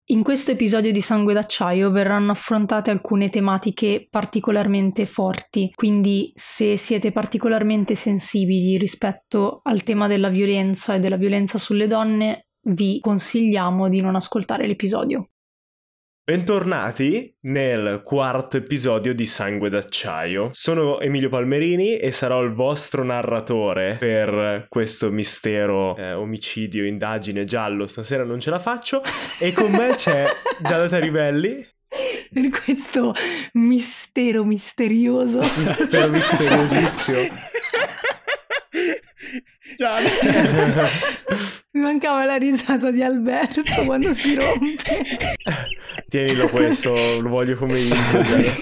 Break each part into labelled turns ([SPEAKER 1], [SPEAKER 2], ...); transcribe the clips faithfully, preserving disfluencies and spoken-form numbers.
[SPEAKER 1] In questo episodio di Sangue d'Acciaio verranno affrontate alcune tematiche particolarmente forti, quindi se siete particolarmente sensibili rispetto al tema della violenza e della violenza sulle donne, vi consigliamo di non ascoltare l'episodio.
[SPEAKER 2] Bentornati nel quarto episodio di Sangue d'Acciaio. Sono Emilio Palmerini e sarò il vostro narratore per questo mistero, eh, omicidio, indagine giallo. Stasera non ce la faccio. E con me c'è Giada Taribelli.
[SPEAKER 1] Per questo mistero misterioso.
[SPEAKER 2] Mistero misteriosissimo.
[SPEAKER 1] Giada. Mi mancava la risata di Alberto quando si rompe.
[SPEAKER 2] Tienilo questo, lo voglio come intro.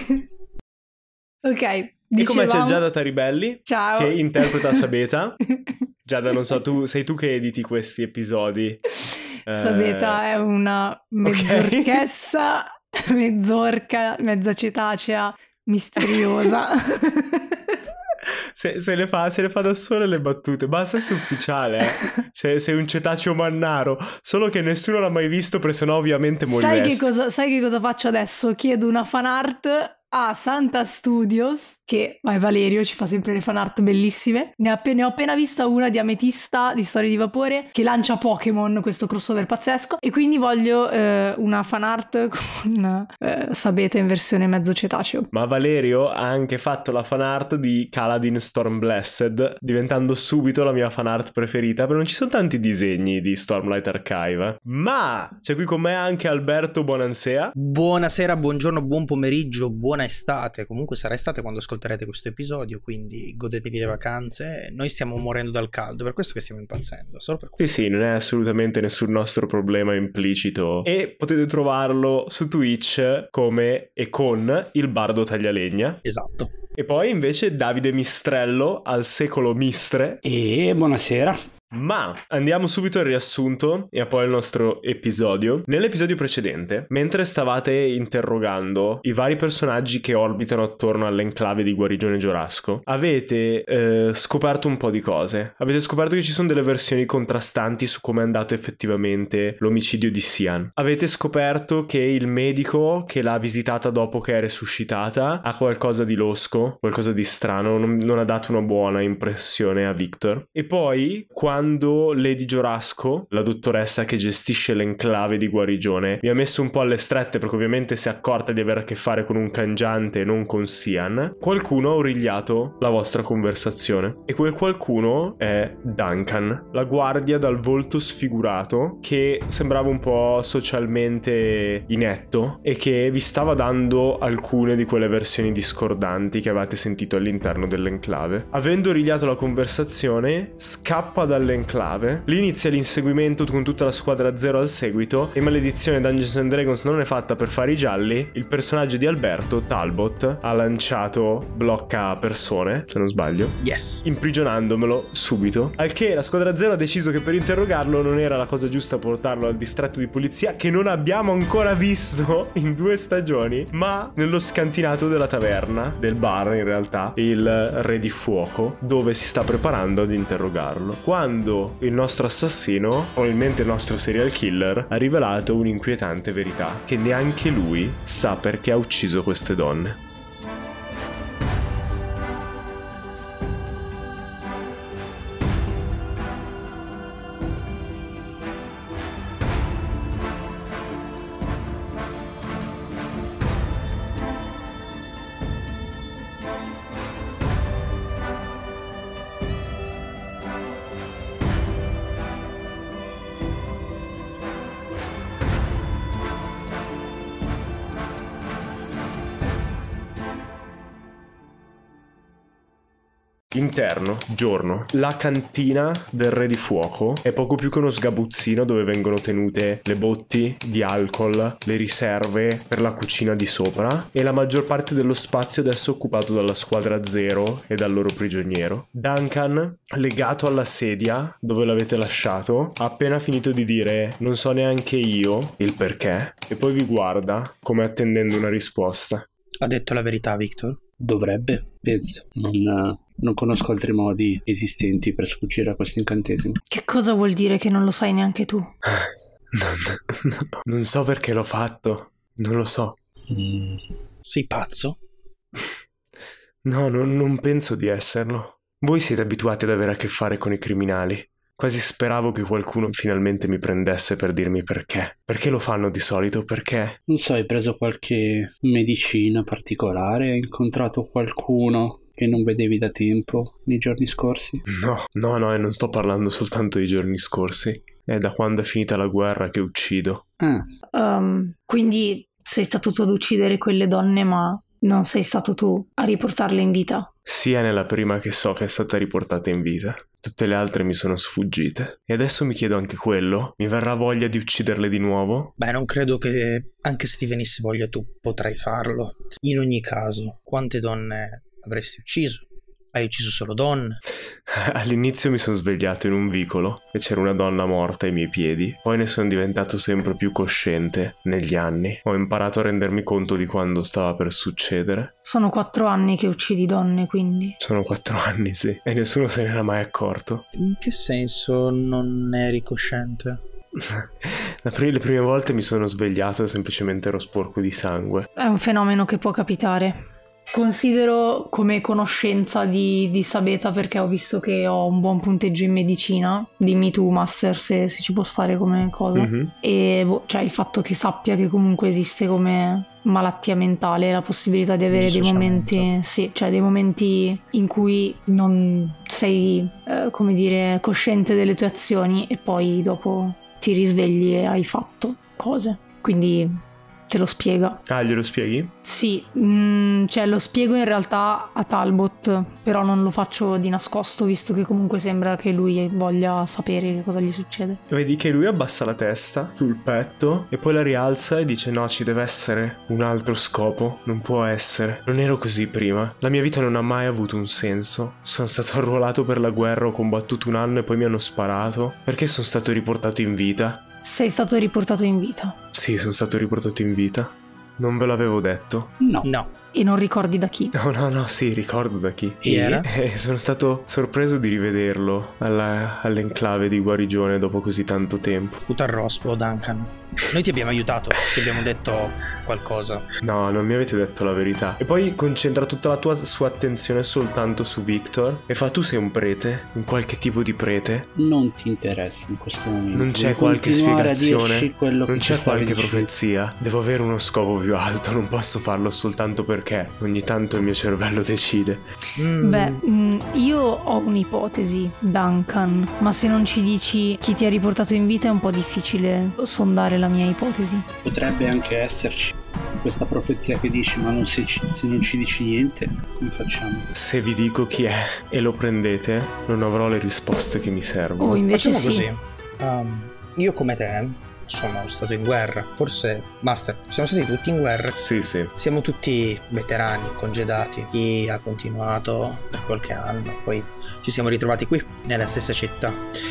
[SPEAKER 1] Ok, dicevamo...
[SPEAKER 2] E come c'è Giada Taribelli.
[SPEAKER 1] Ciao.
[SPEAKER 2] Che interpreta Sabeta. Giada, non so, tu sei tu che editi questi episodi.
[SPEAKER 1] Sabeta eh... è una mezzorchessa, okay. mezzorca, mezza cetacea, misteriosa.
[SPEAKER 2] Se, se, le fa, se le fa da sole le battute, basta, è ufficiale, eh. se, sei un cetaceo mannaro, solo che nessuno l'ha mai visto perché sennò ovviamente muori.
[SPEAKER 1] Sai che cosa, sai che cosa faccio adesso? Chiedo una fan art a Santa Studios, che vai Valerio ci fa sempre le fan art bellissime. Ne ho, appena, ne ho appena vista una di Ametista di Storie di Vapore che lancia Pokémon, questo crossover pazzesco, e quindi voglio eh, una fan art con eh, Sabeta in versione mezzo cetaceo.
[SPEAKER 2] Ma Valerio ha anche fatto la fan art di Kaladin Stormblessed, diventando subito la mia fan art preferita, perché non ci sono tanti disegni di Stormlight Archive. Ma c'è qui con me anche Alberto Bonansea.
[SPEAKER 3] Buonasera, buongiorno, buon pomeriggio, buona estate. Comunque sarà estate quando ascolterete questo episodio, quindi godetevi le vacanze. Noi stiamo morendo dal caldo, per questo che stiamo impazzendo, solo per questo.
[SPEAKER 2] Sì sì, non è assolutamente nessun nostro problema implicito. E potete trovarlo su Twitch come e con il Bardo Taglialegna.
[SPEAKER 3] Esatto.
[SPEAKER 2] E poi invece Davide Mistrello al secolo Mistre.
[SPEAKER 4] E buonasera.
[SPEAKER 2] Ma andiamo subito al riassunto e poi al nostro episodio. Nell'episodio precedente, mentre stavate interrogando i vari personaggi che orbitano attorno all'enclave di Guarigione Giorasco, avete eh, scoperto un po' di cose. Avete scoperto che ci sono delle versioni contrastanti su come è andato effettivamente l'omicidio di Sian. Avete scoperto che il medico che l'ha visitata dopo che è resuscitata ha qualcosa di losco, qualcosa di strano, non, non ha dato una buona impressione a Victor. E poi, quando Quando Lady Giorasco, la dottoressa che gestisce l'enclave di Guarigione, vi ha messo un po' alle strette perché ovviamente si è accorta di avere a che fare con un cangiante e non con Sian, qualcuno ha origliato la vostra conversazione. E quel qualcuno è Duncan, la guardia dal volto sfigurato che sembrava un po' socialmente inetto e che vi stava dando alcune di quelle versioni discordanti che avete sentito all'interno dell'enclave. Avendo origliato la conversazione, scappa dalle enclave, lì inizia l'inseguimento con tutta la squadra zero al seguito e maledizione Dungeons and Dragons non è fatta per fare i gialli. Il personaggio di Alberto, Talbot, ha lanciato blocca persone, se non sbaglio,
[SPEAKER 3] yes,
[SPEAKER 2] imprigionandomelo subito, al che la squadra zero ha deciso che per interrogarlo non era la cosa giusta portarlo al distretto di polizia, che non abbiamo ancora visto in due stagioni, ma nello scantinato della taverna, del bar in realtà, il Re di Fuoco, dove si sta preparando ad interrogarlo. Quando il nostro assassino, probabilmente il nostro serial killer, ha rivelato un'inquietante verità, che neanche lui sa perché ha ucciso queste donne. Interno, giorno. La cantina del Re di Fuoco è poco più che uno sgabuzzino dove vengono tenute le botti di alcol, le riserve per la cucina di sopra, e la maggior parte dello spazio adesso è occupato dalla squadra zero e dal loro prigioniero. Duncan, legato alla sedia dove l'avete lasciato, ha appena finito di dire "non so neanche io il perché", e poi vi guarda come attendendo una risposta.
[SPEAKER 3] Ha detto la verità, Victor?
[SPEAKER 4] Dovrebbe, penso. Non, non conosco altri modi esistenti per sfuggire a questo incantesimo.
[SPEAKER 1] Che cosa vuol dire che non lo sai neanche tu?
[SPEAKER 2] No, non so perché l'ho fatto, non lo so.
[SPEAKER 3] Mm. Sei pazzo?
[SPEAKER 2] No, non, non penso di esserlo. Voi siete abituati ad avere a che fare con i criminali. Quasi speravo che qualcuno finalmente mi prendesse per dirmi perché. Perché lo fanno di solito? Perché?
[SPEAKER 4] Non so, hai preso qualche medicina particolare? Hai incontrato qualcuno che non vedevi da tempo nei giorni scorsi?
[SPEAKER 2] No, no, no, e non sto parlando soltanto dei giorni scorsi. È da quando è finita la guerra che uccido.
[SPEAKER 4] Ah,
[SPEAKER 1] Um, quindi sei stato tu ad uccidere quelle donne, ma non sei stato tu a riportarle in vita?
[SPEAKER 2] Sia nella prima che so che è stata riportata in vita. Tutte le altre mi sono sfuggite. E adesso mi chiedo anche quello. Mi verrà voglia di ucciderle di nuovo?
[SPEAKER 3] Beh, non credo che anche se ti venisse voglia tu potrai farlo. In ogni caso, quante donne avresti ucciso? Hai ucciso solo donne?
[SPEAKER 2] All'inizio mi sono svegliato in un vicolo e c'era una donna morta ai miei piedi. Poi ne sono diventato sempre più cosciente negli anni. Ho imparato a rendermi conto di quando stava per succedere.
[SPEAKER 1] Sono quattro anni che uccidi donne, quindi.
[SPEAKER 2] Sono quattro anni, sì. E nessuno se n'era mai accorto.
[SPEAKER 3] In che senso non eri cosciente?
[SPEAKER 2] La pr- le prime volte mi sono svegliato e semplicemente ero sporco di sangue.
[SPEAKER 1] È un fenomeno che può capitare. Considero come conoscenza di, di Sabeta, perché ho visto che ho un buon punteggio in medicina. Dimmi tu, Master, se, se ci può stare come cosa.
[SPEAKER 2] Mm-hmm.
[SPEAKER 1] E boh, cioè il fatto che sappia che comunque esiste come malattia mentale la possibilità di avere dei momenti, sì, cioè dei momenti in cui non sei, eh, come dire, cosciente delle tue azioni e poi dopo ti risvegli e hai fatto cose. Quindi te lo spiega.
[SPEAKER 2] Ah, glielo spieghi?
[SPEAKER 1] Sì, mh, cioè lo spiego in realtà a Talbot, però non lo faccio di nascosto, visto che comunque sembra che lui voglia sapere che cosa gli succede.
[SPEAKER 2] Vedi che lui abbassa la testa sul petto e poi la rialza e dice: no, ci deve essere un altro scopo, non può essere. Non ero così prima. La mia vita non ha mai avuto un senso. Sono stato arruolato per la guerra, ho combattuto un anno e poi mi hanno sparato. Perché sono stato riportato in vita?
[SPEAKER 1] Sei stato riportato in vita.
[SPEAKER 2] Sì, sono stato riportato in vita. Non ve l'avevo detto?
[SPEAKER 4] no.
[SPEAKER 3] No.
[SPEAKER 1] E non ricordi da chi?
[SPEAKER 2] No, no, no, sì, ricordo da chi.
[SPEAKER 3] Chi era?
[SPEAKER 2] E sono stato sorpreso di rivederlo alla, all'enclave di guarigione dopo così tanto tempo.
[SPEAKER 3] Puta rospo, Duncan. Noi ti abbiamo aiutato, ti abbiamo detto qualcosa.
[SPEAKER 2] No, non mi avete detto la verità. E poi concentra tutta la tua sua attenzione soltanto su Victor e fa: tu sei un prete? Un qualche tipo di prete?
[SPEAKER 4] Non ti interessa in questo momento.
[SPEAKER 2] Non c'è
[SPEAKER 4] Devi
[SPEAKER 2] qualche
[SPEAKER 4] continuare a
[SPEAKER 2] spiegazione?
[SPEAKER 4] dirci quello
[SPEAKER 2] Non
[SPEAKER 4] che ci
[SPEAKER 2] c'è
[SPEAKER 4] stavi
[SPEAKER 2] qualche
[SPEAKER 4] dicendo.
[SPEAKER 2] profezia? Devo avere uno scopo più alto, non posso farlo soltanto perché ogni tanto il mio cervello decide.
[SPEAKER 3] Mm.
[SPEAKER 1] Beh, mh, io ho un'ipotesi, Duncan, ma se non ci dici chi ti ha riportato in vita è un po' difficile sondare la mia ipotesi.
[SPEAKER 4] Potrebbe anche esserci questa profezia che dici, ma non se, ci- se non ci dici niente, come facciamo?
[SPEAKER 2] Se vi dico chi è e lo prendete, non avrò le risposte che mi servono.
[SPEAKER 1] O invece
[SPEAKER 3] Facciamo
[SPEAKER 1] sì.
[SPEAKER 3] così. Um, io come te sono stato in guerra. Forse, Master, siamo stati tutti in guerra.
[SPEAKER 2] Sì, sì.
[SPEAKER 3] Siamo tutti veterani, congedati. Chi ha continuato per qualche anno, poi ci siamo ritrovati qui, nella stessa città.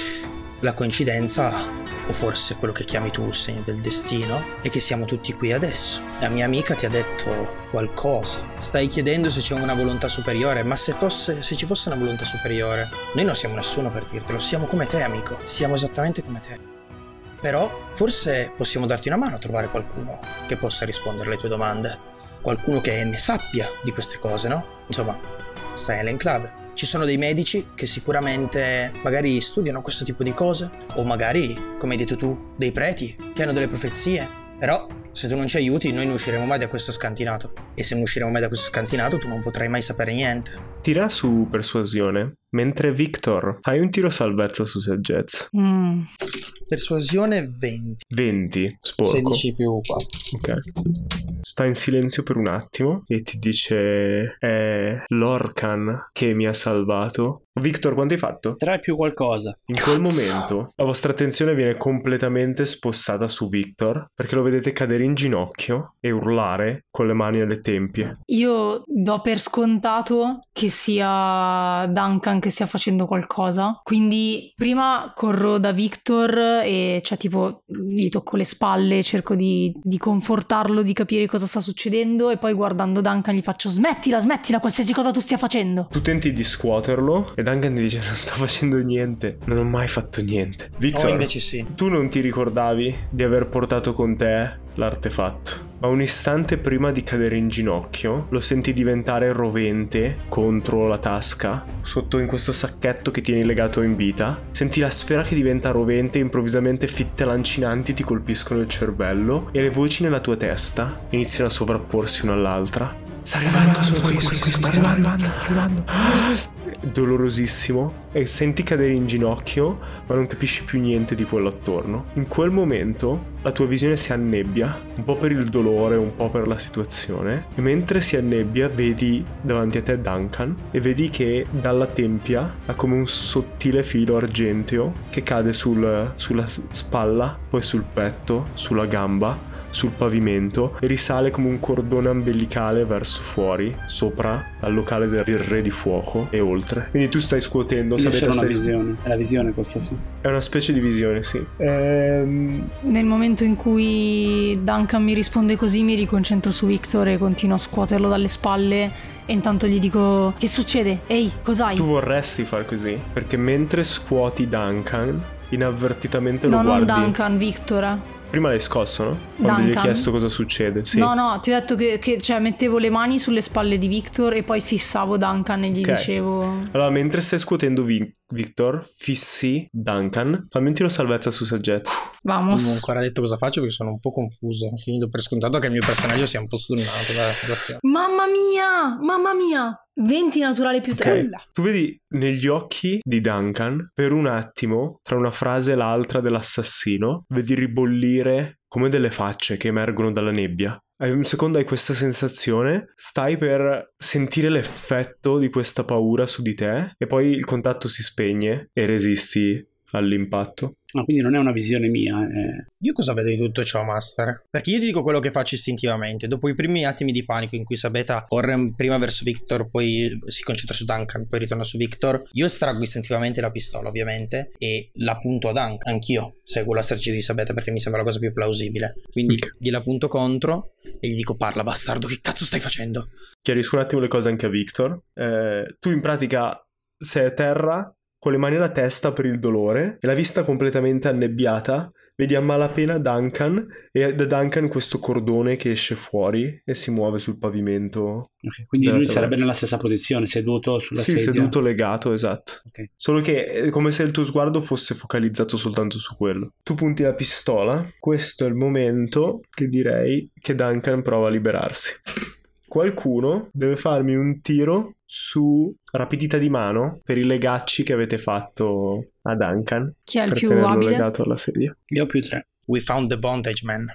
[SPEAKER 3] La coincidenza, o forse quello che chiami tu il segno del destino, è che siamo tutti qui adesso. La mia amica ti ha detto qualcosa. Stai chiedendo se c'è una volontà superiore, ma se fosse, se ci fosse una volontà superiore, noi non siamo nessuno per dirtelo. Siamo come te, amico. Siamo esattamente come te. Però forse possiamo darti una mano a trovare qualcuno che possa rispondere alle tue domande. Qualcuno che ne sappia di queste cose, no? Insomma, stai all'enclave. Ci sono dei medici che sicuramente magari studiano questo tipo di cose, o magari, come hai detto tu, dei preti che hanno delle profezie. Però se tu non ci aiuti noi non usciremo mai da questo scantinato. E se non usciremo mai da questo scantinato tu non potrai mai sapere niente.
[SPEAKER 2] Tira su persuasione, mentre Victor fai un tiro salvezza su saggezza.
[SPEAKER 1] Mm.
[SPEAKER 3] Persuasione venti.
[SPEAKER 2] venti, sporco.
[SPEAKER 3] sedici più quattro.
[SPEAKER 2] Ok. Sta in silenzio per un attimo e ti dice: è Lorcan che mi ha salvato. Victor, quanto hai fatto?
[SPEAKER 4] Tre più qualcosa.
[SPEAKER 2] In quel momento la vostra attenzione viene completamente spostata su Victor, perché lo vedete cadere in ginocchio e urlare con le mani alle tempie.
[SPEAKER 1] Io do per scontato che sia Duncan che stia facendo qualcosa, quindi prima corro da Victor e cioè tipo gli tocco le spalle, cerco di, di confortarlo, di capire cosa sta succedendo, e poi guardando Duncan gli faccio: smettila, smettila qualsiasi cosa tu stia facendo.
[SPEAKER 2] Tu tenti di scuoterlo e E Duncan ti dice: non sto facendo niente, non ho mai fatto niente. Victor,
[SPEAKER 3] Oh, invece sì.
[SPEAKER 2] tu non ti ricordavi di aver portato con te l'artefatto, ma un istante prima di cadere in ginocchio lo senti diventare rovente contro la tasca, sotto in questo sacchetto che tieni legato in vita. Senti la sfera che diventa rovente e improvvisamente fitte lancinanti ti colpiscono il cervello e le voci nella tua testa iniziano a sovrapporsi una all'altra. Sta arrivando, sta arrivando, sta arrivando. Dolorosissimo, e senti cadere in ginocchio, ma non capisci più niente di quello attorno. In quel momento la tua visione si annebbia, un po' per il dolore, un po' per la situazione, e mentre si annebbia vedi davanti a te Duncan e vedi che dalla tempia ha come un sottile filo argenteo che cade sul, sulla spalla, poi sul petto, sulla gamba, sul pavimento, e risale come un cordone ambelicale verso fuori, sopra al locale del re di fuoco e oltre. Quindi tu stai scuotendo.
[SPEAKER 4] Quindi
[SPEAKER 2] sapete,
[SPEAKER 4] è una
[SPEAKER 2] stai...
[SPEAKER 4] visione. È la visione questa, sì.
[SPEAKER 2] È una specie di visione, sì. Ehm...
[SPEAKER 1] Nel momento in cui Duncan mi risponde così, mi riconcentro su Victor e continuo a scuoterlo dalle spalle. E intanto gli dico: che succede? Ehi, cos'hai?
[SPEAKER 2] Tu vorresti far così? Perché mentre scuoti Duncan, inavvertitamente lo
[SPEAKER 1] no,
[SPEAKER 2] guardi.
[SPEAKER 1] non Duncan, Victor.
[SPEAKER 2] Prima l'hai scosso, no? Quando gli hai
[SPEAKER 1] Duncan.
[SPEAKER 2] chiesto cosa succede, sì.
[SPEAKER 1] No, no, ti ho detto che, che cioè, mettevo le mani sulle spalle di Victor e poi fissavo Duncan e gli
[SPEAKER 2] Ok.
[SPEAKER 1] dicevo:
[SPEAKER 2] Allora, mentre stai scuotendo Vi- Victor, fissi Duncan. Fammi un tiro salvezza su saggezza.
[SPEAKER 3] Non ho
[SPEAKER 1] vamos.
[SPEAKER 3] ancora detto cosa faccio perché sono un po' confuso. Quindi do per scontato che il mio personaggio sia un po' stunnato dalla situazione.
[SPEAKER 1] Mamma mia, mamma mia. venti naturale più tre.
[SPEAKER 2] Ok. Tu vedi negli occhi di Duncan, per un attimo, tra una frase e l'altra dell'assassino, vedi ribollire come delle facce che emergono dalla nebbia. Hai un secondo, hai questa sensazione, stai per sentire l'effetto di questa paura su di te, e poi il contatto si spegne e resisti all'impatto.
[SPEAKER 4] Ah, quindi non è una visione mia. È...
[SPEAKER 3] Io cosa vedo di tutto ciò, Master? Perché io ti dico quello che faccio istintivamente. Dopo i primi attimi di panico in cui Sabeta corre prima verso Victor, poi si concentra su Duncan, poi ritorna su Victor, io estraggo istintivamente la pistola, ovviamente, e la punto a Duncan. Anch'io seguo la strategia di Sabeta perché mi sembra la cosa più plausibile. Quindi
[SPEAKER 2] Ok.
[SPEAKER 3] gliela punto contro e gli dico: parla, bastardo, che cazzo stai facendo?
[SPEAKER 2] Chiarisco un attimo le cose anche a Victor. Eh, tu in pratica sei a terra con le mani alla testa per il dolore e la vista completamente annebbiata. Vedi a malapena Duncan, e da Duncan questo cordone che esce fuori e si muove sul pavimento.
[SPEAKER 4] Okay, quindi
[SPEAKER 2] Della
[SPEAKER 4] lui
[SPEAKER 2] taverna.
[SPEAKER 4] sarebbe nella stessa posizione, seduto sulla
[SPEAKER 2] Sì,
[SPEAKER 4] sedia.
[SPEAKER 2] seduto legato, esatto.
[SPEAKER 4] Ok.
[SPEAKER 2] Solo che è come se il tuo sguardo fosse focalizzato soltanto su quello. Tu punti la pistola. Questo è il momento che direi che Duncan prova a liberarsi. Qualcuno deve farmi un tiro su rapidità di mano per i legacci che avete fatto a Duncan.
[SPEAKER 1] Chi è il
[SPEAKER 2] per
[SPEAKER 1] più
[SPEAKER 2] tenerlo
[SPEAKER 1] abile?
[SPEAKER 2] legato alla sedia.
[SPEAKER 4] Io ho più tre.
[SPEAKER 3] We found the bondage man.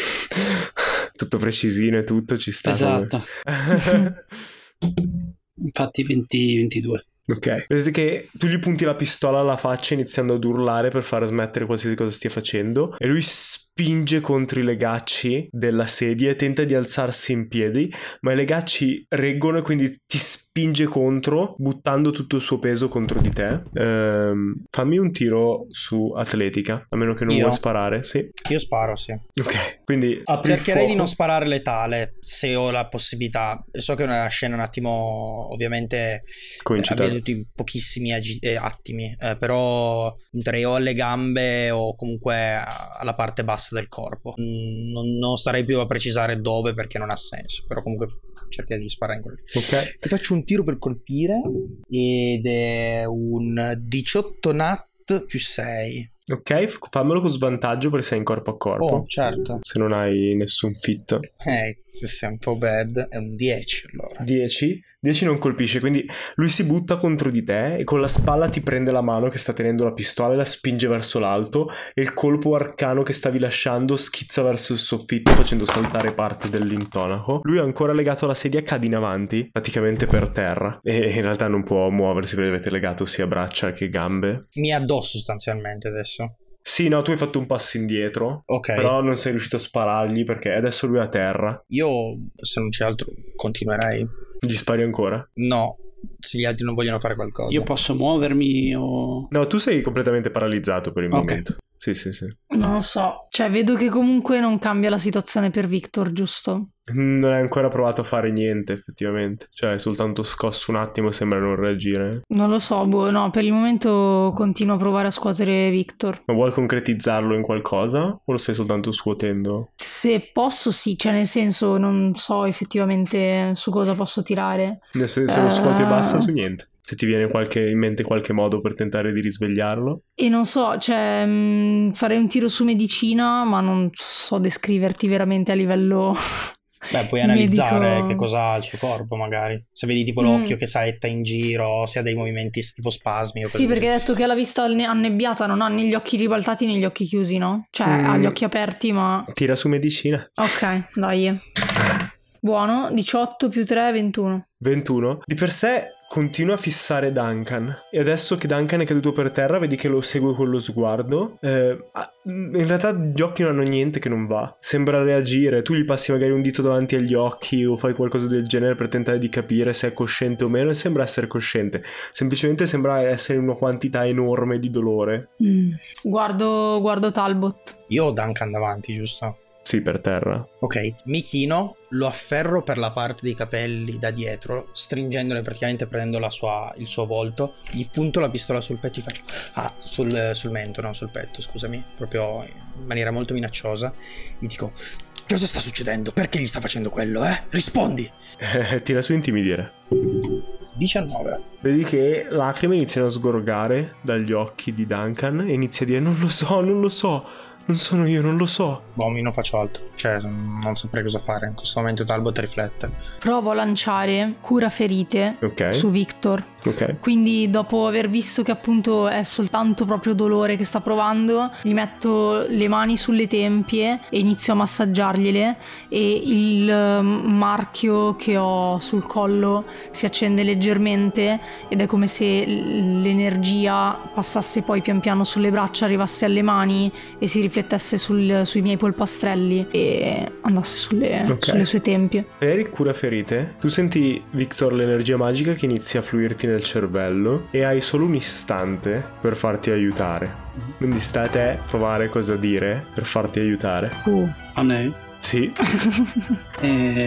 [SPEAKER 2] Tutto precisino e tutto ci sta.
[SPEAKER 4] Esatto.
[SPEAKER 2] come-
[SPEAKER 4] Infatti venti ventidue.
[SPEAKER 2] Ok. Vedete che tu gli punti la pistola alla faccia iniziando ad urlare per far smettere qualsiasi cosa stia facendo, e lui spinge contro i legacci della sedia e tenta di alzarsi in piedi, ma i legacci reggono e quindi ti spinge contro, buttando tutto il suo peso contro di te. Ehm, fammi un tiro su atletica, a meno che non
[SPEAKER 3] Io?
[SPEAKER 2] vuoi sparare. Sì.
[SPEAKER 3] Io sparo, sì.
[SPEAKER 2] Ok. Quindi apri il
[SPEAKER 3] Cercherei di
[SPEAKER 2] fuoco.
[SPEAKER 3] non sparare letale se ho la possibilità. So che è una scena un attimo, ovviamente,
[SPEAKER 2] Coincide.
[SPEAKER 3] avviene tutti in pochissimi agi- eh, attimi, eh, però punterei o alle gambe o comunque a- alla parte bassa del corpo. Mm, non, non starei più a precisare dove perché non ha senso, però comunque cercherei di sparare in quello.
[SPEAKER 2] Ok.
[SPEAKER 3] Ti faccio un tiro per colpire ed è un diciotto nat più sei.
[SPEAKER 2] Ok, f- fammelo con svantaggio perché sei in corpo a corpo.
[SPEAKER 3] Oh, certo.
[SPEAKER 2] Se non hai nessun fit.
[SPEAKER 3] Eh, se sei un po' bad, è un dieci allora.
[SPEAKER 2] dieci. dieci non colpisce, quindi lui si butta contro di te e con la spalla ti prende la mano che sta tenendo la pistola e la spinge verso l'alto, e il colpo arcano che stavi lasciando schizza verso il soffitto facendo saltare parte dell'intonaco. Lui è ancora legato alla sedia, cade in avanti, praticamente per terra, e in realtà non può muoversi perché avete legato sia braccia che gambe.
[SPEAKER 3] Mi è addosso sostanzialmente adesso.
[SPEAKER 2] Sì, no, tu hai fatto un passo indietro,
[SPEAKER 3] Ok.
[SPEAKER 2] però non sei riuscito a sparargli perché adesso lui è a terra.
[SPEAKER 3] Io, se non c'è altro, continuerei.
[SPEAKER 2] Gli spari ancora?
[SPEAKER 3] No, se gli altri non vogliono fare qualcosa.
[SPEAKER 4] Io posso muovermi o...
[SPEAKER 2] No, tu sei completamente paralizzato per il
[SPEAKER 4] Ok.
[SPEAKER 2] momento. Sì, sì, sì.
[SPEAKER 1] Non lo so, cioè vedo che comunque non cambia la situazione per Victor, giusto?
[SPEAKER 2] Non hai ancora provato a fare niente, effettivamente. Cioè, è soltanto scosso un attimo e sembra non reagire.
[SPEAKER 1] Non lo so, boh, no, per il momento continuo a provare a scuotere Victor.
[SPEAKER 2] Ma vuoi concretizzarlo in qualcosa? O lo stai soltanto scuotendo?
[SPEAKER 1] Se posso, sì, cioè nel senso non so effettivamente su cosa posso tirare.
[SPEAKER 2] Se, se lo scuoti e
[SPEAKER 1] Eh,
[SPEAKER 2] basta, su niente. Se ti viene qualche, in mente qualche modo per tentare di risvegliarlo.
[SPEAKER 1] E non so, cioè mh, farei un tiro su medicina, ma non so descriverti veramente a livello
[SPEAKER 3] Beh, puoi analizzare
[SPEAKER 1] medico.
[SPEAKER 3] che cosa ha il suo corpo, magari. Se vedi tipo
[SPEAKER 1] Mm.
[SPEAKER 3] l'occhio che saetta in giro, se ha dei movimenti tipo spasmi o
[SPEAKER 1] Sì,
[SPEAKER 3] cose
[SPEAKER 1] perché
[SPEAKER 3] così.
[SPEAKER 1] hai detto che la vista anne- annebbiata non ha né gli occhi ribaltati né gli occhi chiusi, no? Cioè
[SPEAKER 2] Mm.
[SPEAKER 1] ha gli occhi aperti, ma...
[SPEAKER 2] Tira su medicina.
[SPEAKER 1] Ok, dai. Buono, diciotto più tre, ventuno.
[SPEAKER 2] ventuno. Di per sé continua a fissare Duncan. E adesso che Duncan è caduto per terra, vedi che lo segue con lo sguardo. Eh, ah, in realtà gli occhi non hanno niente che non va. Sembra reagire. Tu gli passi magari un dito davanti agli occhi o fai qualcosa del genere per tentare di capire se è cosciente o meno. E sembra essere cosciente. Semplicemente sembra essere in una quantità enorme di dolore.
[SPEAKER 1] Mm. Guardo, guardo Talbot.
[SPEAKER 3] Io ho Duncan davanti, giusto?
[SPEAKER 2] Sì, per terra.
[SPEAKER 3] Ok, mi chino, lo afferro per la parte dei capelli da dietro, stringendole praticamente, prendendo la sua, il suo volto, gli punto la pistola sul petto e gli faccio... Ah, sul, sul mento, no, sul petto, scusami, proprio in maniera molto minacciosa. Gli dico, cosa sta succedendo? Perché gli sta facendo quello, eh? Rispondi!
[SPEAKER 2] Eh, tira su intimidire.
[SPEAKER 3] diciannove.
[SPEAKER 2] Vedi che lacrime iniziano a sgorgare dagli occhi di Duncan e inizia a dire non lo so, non lo so, non sono io, non lo so.
[SPEAKER 3] Boh, mi non faccio altro, cioè non saprei cosa fare. In questo momento Talbot riflette.
[SPEAKER 1] Provo a lanciare cura ferite
[SPEAKER 2] Ok.
[SPEAKER 1] su Victor.
[SPEAKER 2] Ok.
[SPEAKER 1] Quindi dopo aver visto che appunto è soltanto proprio dolore che sta provando, gli metto le mani sulle tempie e inizio a massaggiargliele e il eh, marchio che ho sul collo si accende leggermente ed è come se l- l'energia passasse poi pian piano sulle braccia, arrivasse alle mani e si riflettesse sul- sui miei polpastrelli e andasse sulle,
[SPEAKER 2] Ok.
[SPEAKER 1] sulle sue tempie.
[SPEAKER 2] Per il cura ferite, tu senti, Victor, l'energia magica che inizia a fluirti nel cervello e hai solo un istante per farti aiutare. Quindi sta a te provare cosa dire per farti aiutare.
[SPEAKER 1] Uh.
[SPEAKER 4] A me?
[SPEAKER 2] Sì.
[SPEAKER 4] Eh,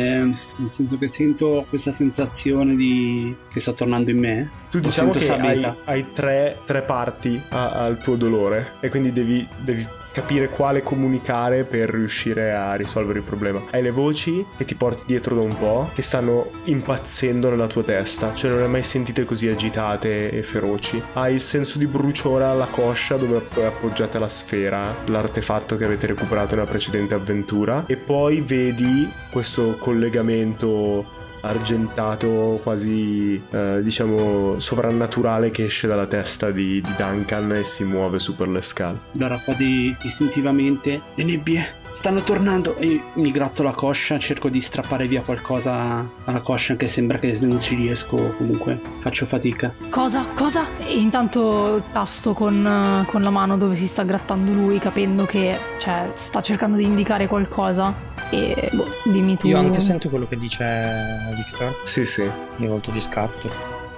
[SPEAKER 4] nel senso che sento questa sensazione di che sta tornando in me.
[SPEAKER 2] Tu
[SPEAKER 4] Lo
[SPEAKER 2] diciamo
[SPEAKER 4] sento
[SPEAKER 2] che hai,
[SPEAKER 4] Sabita.
[SPEAKER 2] hai tre, tre parti a- al tuo dolore e quindi devi, devi capire quale comunicare per riuscire a risolvere il problema. Hai le voci che ti porti dietro da un po', che stanno impazzendo nella tua testa, cioè non le hai mai sentite così agitate e feroci. Hai il senso di bruciore alla coscia dove è appoggiata la sfera, l'artefatto che avete recuperato nella precedente avventura, e poi vedi questo collegamento argentato quasi eh, diciamo sovrannaturale che esce dalla testa di, di Duncan e si muove su per le scale.
[SPEAKER 4] Allora quasi istintivamente le nebbie stanno tornando e mi gratto la coscia, cerco di strappare via qualcosa dalla coscia, anche sembra che non ci riesco, comunque faccio fatica.
[SPEAKER 1] Cosa? Cosa? E intanto tasto con, con la mano dove si sta grattando lui, capendo che cioè, sta cercando di indicare qualcosa. E boh, dimmi tu.
[SPEAKER 3] Io anche sento quello che dice Victor.
[SPEAKER 2] Sì, sì.
[SPEAKER 3] Io volto di scatto.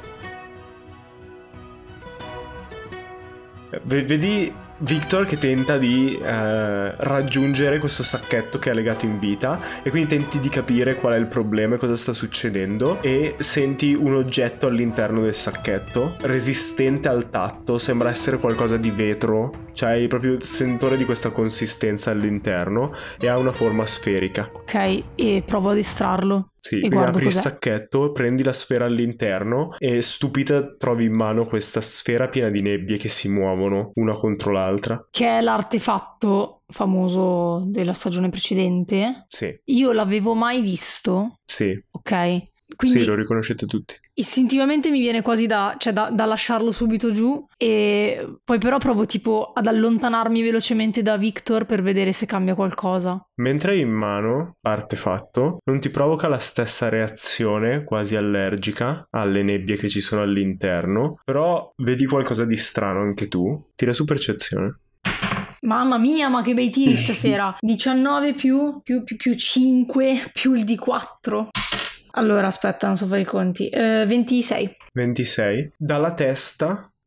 [SPEAKER 2] V- vedi Victor che tenta di eh, raggiungere questo sacchetto che è legato in vita e quindi tenti di capire qual è il problema e cosa sta succedendo, e senti un oggetto all'interno del sacchetto resistente al tatto, sembra essere qualcosa di vetro, cioè hai proprio il sentore di questa consistenza all'interno e ha una forma sferica.
[SPEAKER 1] Ok, e provo ad estrarlo.
[SPEAKER 2] Sì,
[SPEAKER 1] E
[SPEAKER 2] quindi
[SPEAKER 1] guardo
[SPEAKER 2] apri il
[SPEAKER 1] cos'è.
[SPEAKER 2] sacchetto, prendi la sfera all'interno e stupita trovi in mano questa sfera piena di nebbie che si muovono una contro l'altra.
[SPEAKER 1] Che è l'artefatto famoso della stagione precedente.
[SPEAKER 2] Sì,
[SPEAKER 1] Io l'avevo mai visto,
[SPEAKER 2] sì,
[SPEAKER 1] ok? Quindi
[SPEAKER 2] sì, lo riconoscete tutti.
[SPEAKER 1] istintivamente mi viene quasi da, cioè da, da lasciarlo subito giù, e poi però provo tipo ad allontanarmi velocemente da Victor per vedere se cambia qualcosa.
[SPEAKER 2] Mentre hai in mano l'artefatto, non ti provoca la stessa reazione quasi allergica alle nebbie che ci sono all'interno, però vedi qualcosa di strano anche tu. Tira su percezione.
[SPEAKER 1] Mamma mia, ma che bei tiri stasera! diciannove più, più, più, più cinque più il D quattro. Allora, aspetta, non so fare i conti. Eh, ventisei.
[SPEAKER 2] ventisei. Dalla testa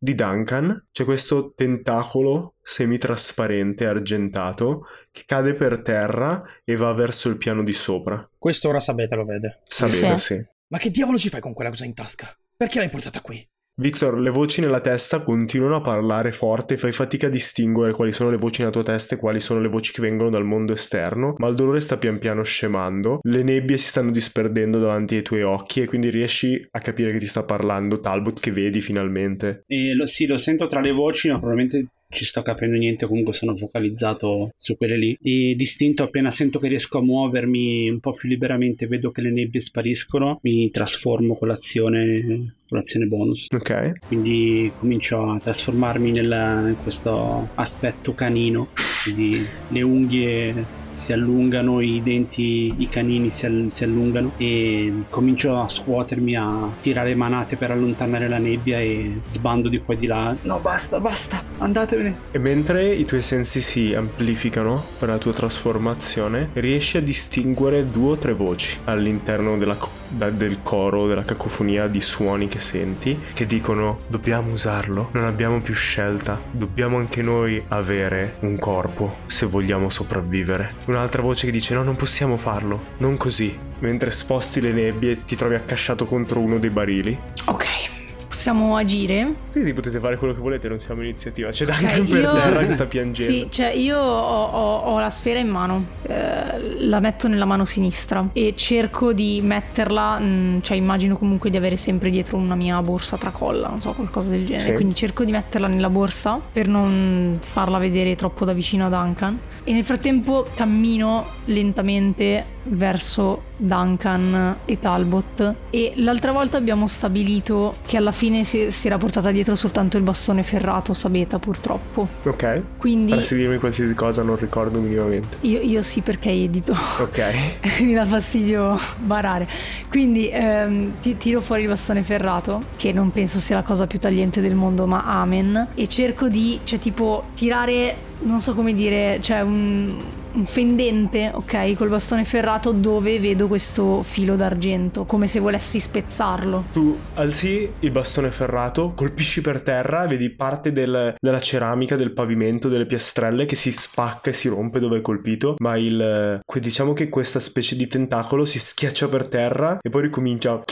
[SPEAKER 2] di Duncan c'è questo tentacolo semitrasparente argentato che cade per terra e va verso il piano di sopra.
[SPEAKER 3] Questo ora Sabeta lo vede.
[SPEAKER 2] Sabeta,
[SPEAKER 1] Sì.
[SPEAKER 2] sì.
[SPEAKER 3] Ma che diavolo ci fai con quella cosa in tasca? Perché l'hai portata qui?
[SPEAKER 2] Victor, le voci nella testa continuano a parlare forte e fai fatica a distinguere quali sono le voci nella tua testa e quali sono le voci che vengono dal mondo esterno, ma il dolore sta pian piano scemando, le nebbie si stanno disperdendo davanti ai tuoi occhi e quindi riesci a capire che ti sta parlando Talbot, che vedi finalmente.
[SPEAKER 4] E lo, sì, lo sento tra le voci, ma probabilmente ci sto capendo niente, comunque sono focalizzato su quelle lì. E distinto, appena sento che riesco a muovermi un po' più liberamente, vedo che le nebbie spariscono, mi trasformo con l'azione, con l'azione bonus.
[SPEAKER 2] Ok.
[SPEAKER 4] Quindi comincio a trasformarmi nel, in questo aspetto canino, quindi le unghie si allungano, i denti, i canini si, all- si allungano e comincio a scuotermi, a tirare manate per allontanare la nebbia e sbando di qua e di là. No, basta, basta, andatevene.
[SPEAKER 2] E mentre i tuoi sensi si amplificano per la tua trasformazione, riesci a distinguere due o tre voci all'interno della co- da- del coro, della cacofonia di suoni che senti, che dicono: dobbiamo usarlo, non abbiamo più scelta, dobbiamo anche noi avere un corpo se vogliamo sopravvivere. Un'altra voce che dice: no, non possiamo farlo, non così. Mentre sposti le nebbie ti trovi accasciato contro uno dei barili.
[SPEAKER 1] Ok, possiamo agire?
[SPEAKER 2] Sì, sì, potete fare quello che volete, non siamo in iniziativa. C'è
[SPEAKER 1] Ok,
[SPEAKER 2] Duncan per
[SPEAKER 1] io-
[SPEAKER 2] terra che sta piangendo.
[SPEAKER 1] Sì, cioè io ho, ho- ho la sfera in mano, eh, la metto nella mano sinistra e cerco di metterla, mh, cioè immagino comunque di avere sempre dietro una mia borsa tracolla, non so, qualcosa del genere,
[SPEAKER 2] Sì.
[SPEAKER 1] quindi cerco di metterla nella borsa per non farla vedere troppo da vicino a Duncan e nel frattempo cammino lentamente verso Duncan e Talbot. E l'altra volta abbiamo stabilito che alla fine si, si era portata dietro soltanto il bastone ferrato, Sabeta, purtroppo.
[SPEAKER 2] Ok.
[SPEAKER 1] Quindi
[SPEAKER 2] Farsi dirmi qualsiasi cosa, non ricordo minimamente.
[SPEAKER 1] io, io sì, perché edito.
[SPEAKER 2] Ok.
[SPEAKER 1] Mi dà fastidio barare. Quindi ehm, ti tiro fuori il bastone ferrato, che non penso sia la cosa più tagliente del mondo, ma amen. E cerco di, cioè tipo, tirare, non so come dire, cioè un, un fendente, ok, col bastone ferrato dove vedo questo filo d'argento, come se volessi spezzarlo.
[SPEAKER 2] Tu alzi il bastone ferrato, colpisci per terra, vedi parte del- della ceramica, del pavimento, delle piastrelle che si spacca e si rompe dove è colpito, ma il que- diciamo che questa specie di tentacolo si schiaccia per terra e poi ricomincia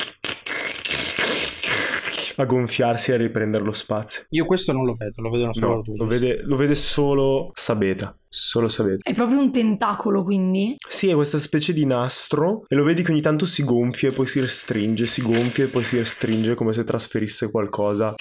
[SPEAKER 2] a gonfiarsi e a riprendere lo spazio.
[SPEAKER 3] Io questo non lo vedo, lo vedono solo
[SPEAKER 2] No,
[SPEAKER 3] tu.
[SPEAKER 2] lo vede, lo vede solo Sabeta. Solo Sabeta.
[SPEAKER 1] È proprio un tentacolo, quindi.
[SPEAKER 2] Sì, è questa specie di nastro e lo vedi che ogni tanto si gonfia e poi si restringe, si gonfia e poi si restringe come se trasferisse qualcosa.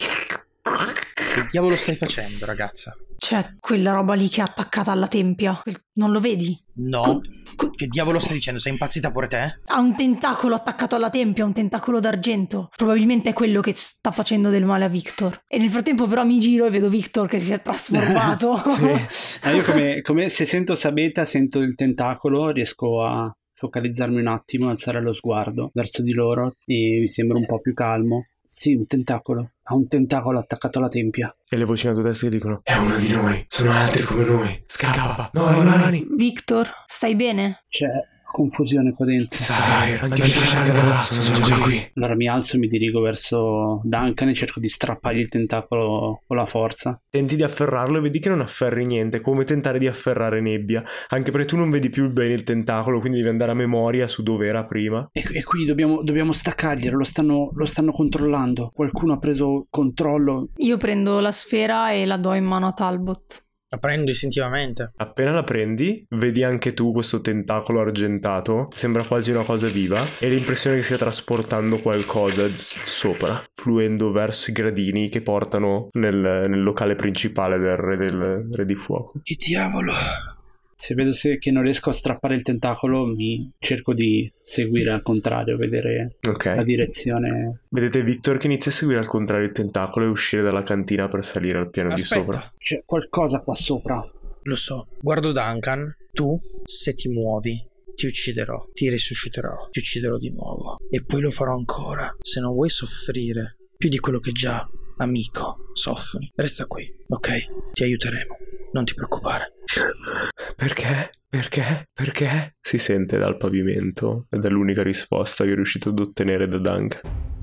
[SPEAKER 3] Che diavolo stai facendo, ragazza?
[SPEAKER 1] Cioè, quella roba lì che è attaccata alla tempia. Quel- Non lo vedi?
[SPEAKER 3] No.
[SPEAKER 1] Co- co-
[SPEAKER 3] Che diavolo stai dicendo? Sei impazzita pure te?
[SPEAKER 1] Ha un tentacolo attaccato alla tempia, un tentacolo d'argento. Probabilmente è quello che sta facendo del male a Victor. E nel frattempo però mi giro e vedo Victor che si è trasformato.
[SPEAKER 2] Sì.
[SPEAKER 4] Ah, io come, come se sento Sabeta, sento il tentacolo, riesco a focalizzarmi un attimo, alzare lo sguardo verso di loro e mi sembra un po' più calmo. Sì, un tentacolo. Ha un tentacolo attaccato alla tempia.
[SPEAKER 2] E le voci nella tua testa che dicono: è uno di noi, sono altri come noi, scappa, no, Nani.
[SPEAKER 1] Victor, stai bene?
[SPEAKER 4] C'è confusione qua dentro.
[SPEAKER 2] Sai, anche lasciare da là, sono già qui.
[SPEAKER 4] Allora mi alzo e mi dirigo verso Duncan e cerco di strappargli il tentacolo con la forza.
[SPEAKER 2] Tenti di afferrarlo e vedi che non afferri niente, è come tentare di afferrare nebbia, anche perché tu non vedi più bene il tentacolo, quindi devi andare a memoria su dove era prima.
[SPEAKER 4] E, e qui dobbiamo, dobbiamo staccarglielo, lo stanno, lo stanno controllando. Qualcuno ha preso controllo.
[SPEAKER 1] Io prendo la sfera e la do in mano a Talbot.
[SPEAKER 3] La prendo istintivamente.
[SPEAKER 2] Appena la prendi, vedi anche tu questo tentacolo argentato, sembra quasi una cosa viva, e l'impressione che stia trasportando qualcosa s- sopra, fluendo verso i gradini che portano nel, nel locale principale del re, del re di fuoco.
[SPEAKER 4] Che diavolo? Se vedo se, che non riesco a strappare il tentacolo, mi cerco di seguire al contrario, vedere la
[SPEAKER 2] Ok.
[SPEAKER 4] direzione.
[SPEAKER 2] Vedete Victor che inizia a seguire al contrario il tentacolo e uscire dalla cantina per salire al piano di sopra.
[SPEAKER 3] Aspetta,
[SPEAKER 4] C'è qualcosa qua sopra.
[SPEAKER 3] lo so. Guardo Duncan. Tu, se ti muovi, ti ucciderò. Ti risusciterò. Ti ucciderò di nuovo. E poi lo farò ancora. Se non vuoi soffrire più di quello che già, amico, soffri, resta qui, ok? Ti aiuteremo. Non ti preoccupare.
[SPEAKER 2] Perché? Perché? Perché? Si sente dal pavimento ed è l'unica risposta che è riuscito ad ottenere da Duncan.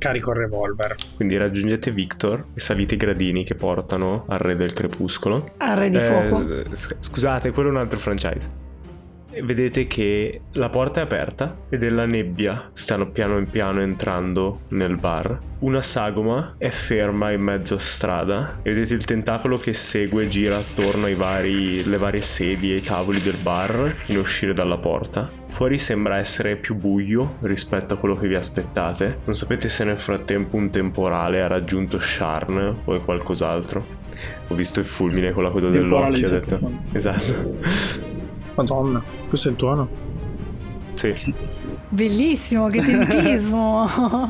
[SPEAKER 3] Carico il revolver.
[SPEAKER 2] Quindi raggiungete Victor e salite i gradini che portano al Re del Crepuscolo.
[SPEAKER 1] Al Re di
[SPEAKER 2] Eh,
[SPEAKER 1] Fuoco.
[SPEAKER 2] s- Scusate, quello è un altro franchise. E vedete che la porta è aperta e della nebbia stanno piano piano entrando nel bar. Una sagoma è ferma in mezzo a strada e vedete il tentacolo che segue e gira attorno ai vari, le varie sedie e i tavoli del bar in uscire dalla porta. Fuori sembra essere più buio rispetto a quello che vi aspettate. Non sapete se nel frattempo un temporale ha raggiunto Sharn o è qualcos'altro. Ho visto il fulmine con la coda
[SPEAKER 4] Temporale
[SPEAKER 2] dell'occhio, ho
[SPEAKER 4] di
[SPEAKER 2] detto.
[SPEAKER 4] sottofondo.
[SPEAKER 2] Esatto.
[SPEAKER 3] Madonna, questo è il tuono?
[SPEAKER 2] Sì.
[SPEAKER 4] Sì.
[SPEAKER 1] Bellissimo, che tempismo.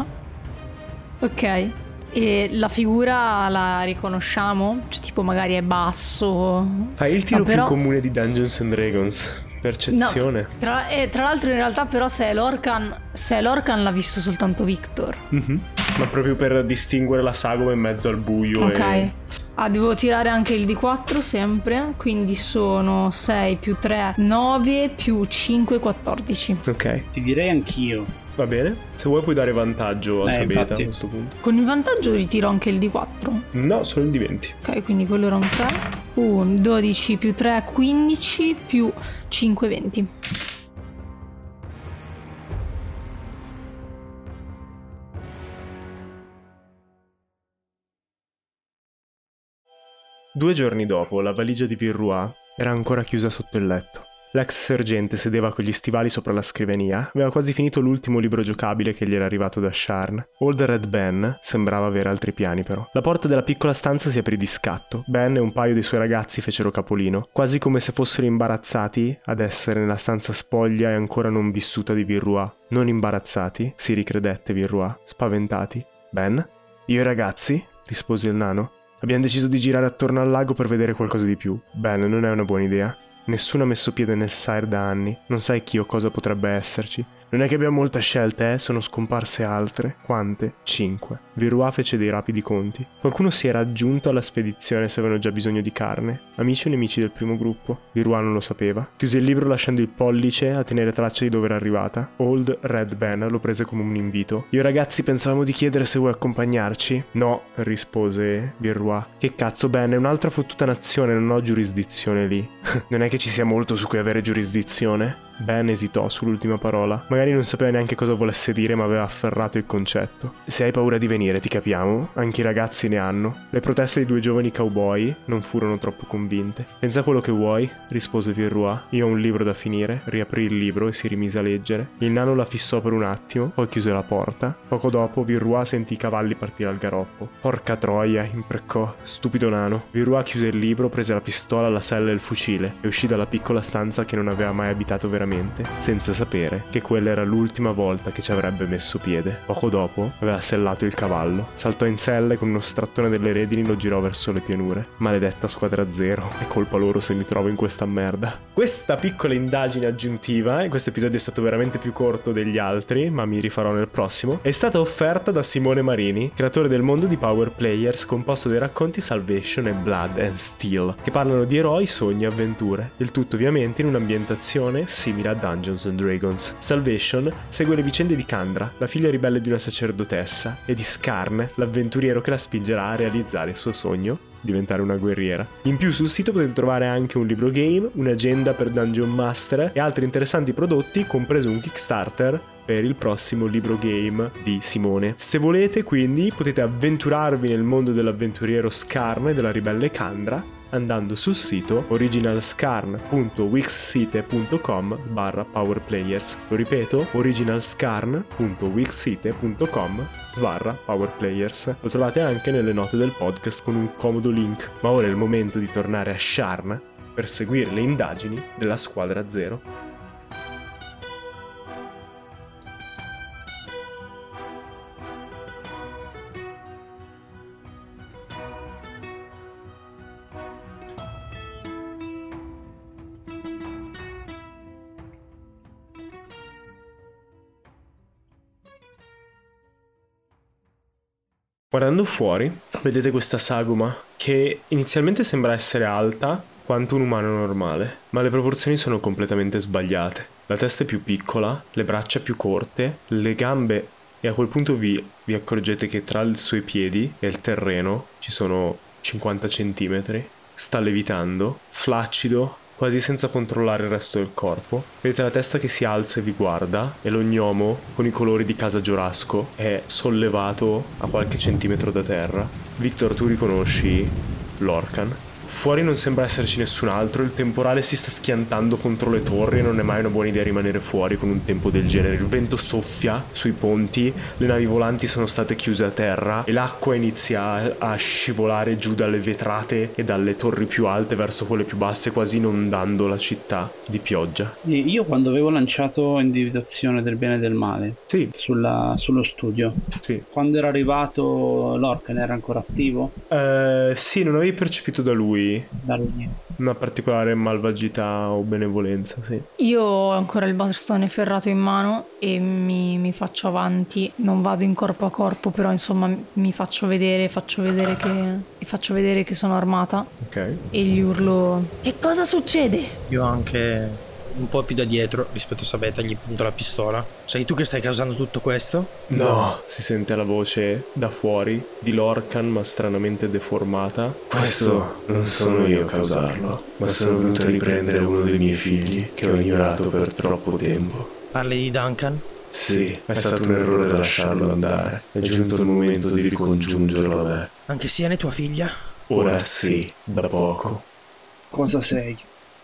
[SPEAKER 1] Ok. E la figura la riconosciamo? Cioè tipo magari è basso.
[SPEAKER 2] Fai il tiro
[SPEAKER 1] No, però-
[SPEAKER 2] più comune di Dungeons and Dragons. Percezione.
[SPEAKER 1] No, tra, e tra l'altro in realtà però se è l'Orcan, se è l'Orcan l'ha visto soltanto Victor.
[SPEAKER 2] Mhm. Ma proprio per distinguere la sagoma in mezzo al buio.
[SPEAKER 1] Ok.
[SPEAKER 2] E...
[SPEAKER 1] Ah, devo tirare anche il D quattro sempre, quindi sono sei più tre, nove più cinque, quattordici.
[SPEAKER 2] Ok,
[SPEAKER 4] Ti direi anch'io.
[SPEAKER 2] va bene. Se vuoi puoi dare vantaggio a
[SPEAKER 4] Eh,
[SPEAKER 2] Sabeta
[SPEAKER 4] infatti.
[SPEAKER 2] a questo punto.
[SPEAKER 1] Con il vantaggio ritiro anche il D quattro.
[SPEAKER 2] No, solo il D venti.
[SPEAKER 1] Ok, quindi quello era un tre. uno, dodici più tre, quindici più cinque, venti.
[SPEAKER 2] Due giorni dopo, la valigia di Virrua era ancora chiusa sotto il letto. L'ex sergente sedeva con gli stivali sopra la scrivania, aveva quasi finito l'ultimo libro giocabile che gli era arrivato da Sharn. Old Red Ben sembrava avere altri piani però. La porta della piccola stanza si aprì di scatto. Ben e un paio dei suoi ragazzi fecero capolino, quasi come se fossero imbarazzati ad essere nella stanza spoglia e ancora non vissuta di Virrua. Non imbarazzati, si ricredette Virrua, spaventati. Ben? Io e i ragazzi? Rispose il nano. Abbiamo deciso di girare attorno al lago per vedere qualcosa di più. Ben, non è una buona idea. Nessuno ha messo piede nel Sire da anni. Non sai chi o cosa potrebbe esserci. Non è che abbiamo molte scelte, eh? Sono scomparse altre. Quante? Cinque. Virrua fece dei rapidi conti. Qualcuno si era aggiunto alla spedizione se avevano già bisogno di carne. Amici o nemici del primo gruppo? Virrua non lo sapeva. Chiuse il libro lasciando il pollice a tenere traccia di dove era arrivata. Old Red Ben lo prese come un invito. Io ragazzi pensavamo di chiedere se vuoi accompagnarci. No, rispose Virrua. Che cazzo Ben, è un'altra fottuta nazione, non ho giurisdizione lì. Non è che ci sia molto su cui avere giurisdizione. Ben esitò sull'ultima parola. Magari non sapeva neanche cosa volesse dire, ma aveva afferrato il concetto. Se hai paura di venire, ti capiamo. Anche i ragazzi ne hanno. Le proteste dei due giovani cowboy non furono troppo convinte. Pensa quello che vuoi, rispose Virrua. Io ho un libro da finire. Riaprì il libro e si rimise a leggere. Il nano la fissò per un attimo, poi chiuse la porta. Poco dopo Virrua sentì i cavalli partire al galoppo. Porca troia, imprecò. Stupido nano. Virrua chiuse il libro, prese la pistola, la sella e il fucile e uscì dalla piccola stanza che non aveva mai abitato veramente, senza sapere che quella era l'ultima volta che ci avrebbe messo piede. Poco dopo aveva sellato il cavallo, saltò in sella e con uno strattone delle redini lo girò verso le pianure. Maledetta squadra zero, è colpa loro se mi trovo in questa merda. Questa piccola indagine aggiuntiva, e questo episodio è stato veramente più corto degli altri, ma mi rifarò nel prossimo, è stata offerta da Simone Marini, creatore del mondo di Power Players, composto dei racconti Salvation e Blood and Steel, che parlano di eroi, sogni e avventure, il tutto ovviamente in un'ambientazione simile a Dungeons and Dragons. Salvation segue le vicende di Kandra, la figlia ribelle di una sacerdotessa, e di Skarn, l'avventuriero che la spingerà a realizzare il suo sogno, diventare una guerriera. In più sul sito potete trovare anche un libro game, un'agenda per Dungeon Master e altri interessanti prodotti, compreso un Kickstarter per il prossimo libro game di Simone. Se volete quindi potete avventurarvi nel mondo dell'avventuriero Skarn e della ribelle Kandra andando sul sito originalskarn punto wixsite punto com barra powerplayers. Lo ripeto, originalskarn punto wixsite punto com barra powerplayers. Lo trovate anche nelle note del podcast con un comodo link. Ma ora è il momento di tornare a Sharn per seguire le indagini della Squadra Zero. Guardando fuori, vedete questa sagoma che inizialmente sembra essere alta quanto un umano normale, ma le proporzioni sono completamente sbagliate. La testa è più piccola, le braccia più corte, le gambe e a quel punto vi, vi accorgete che tra i suoi piedi e il terreno ci sono cinquanta centimetri, sta levitando, flaccido, quasi senza controllare il resto del corpo. Vedete la testa che si alza e vi guarda e lo gnomo con i colori di casa Giorasco è sollevato a qualche centimetro da terra. Victor, tu riconosci Lorcan. Fuori non sembra esserci nessun altro, il temporale si sta schiantando contro le torri e non è mai una buona idea rimanere fuori con un tempo del genere. Il vento soffia sui ponti, le navi volanti sono state chiuse a terra e l'acqua inizia a scivolare giù dalle vetrate e dalle torri più alte verso quelle più basse, quasi inondando la città di pioggia.
[SPEAKER 4] E io quando avevo lanciato individuazione del bene e del male
[SPEAKER 2] Sì.
[SPEAKER 4] sulla, sullo studio,
[SPEAKER 2] Sì.
[SPEAKER 4] quando era arrivato Lorcan era ancora attivo?
[SPEAKER 2] Uh, sì, non avevi percepito da lui
[SPEAKER 4] Da lui.
[SPEAKER 2] una particolare malvagità o benevolenza, sì.
[SPEAKER 1] Io ho ancora il bastone ferrato in mano e mi, mi faccio avanti, non vado in corpo a corpo, però insomma mi faccio vedere, faccio vedere che, e faccio vedere che sono armata
[SPEAKER 2] Ok.
[SPEAKER 1] e gli urlo: che cosa succede?
[SPEAKER 3] Io anche un po' più da dietro rispetto a Sabeta gli punto la pistola. Sei tu che stai causando tutto questo?
[SPEAKER 2] No, si sente la voce da fuori di Lorcan, ma stranamente deformata.
[SPEAKER 5] Questo non sono io a causarlo, ma sono venuto a riprendere uno dei miei figli che ho ignorato per troppo tempo.
[SPEAKER 3] Parli di Duncan?
[SPEAKER 5] Sì, è stato un errore lasciarlo andare. È giunto il momento di ricongiungerlo a me.
[SPEAKER 3] Anche Siena è tua figlia?
[SPEAKER 5] Ora sì, da poco.
[SPEAKER 4] Cosa sei?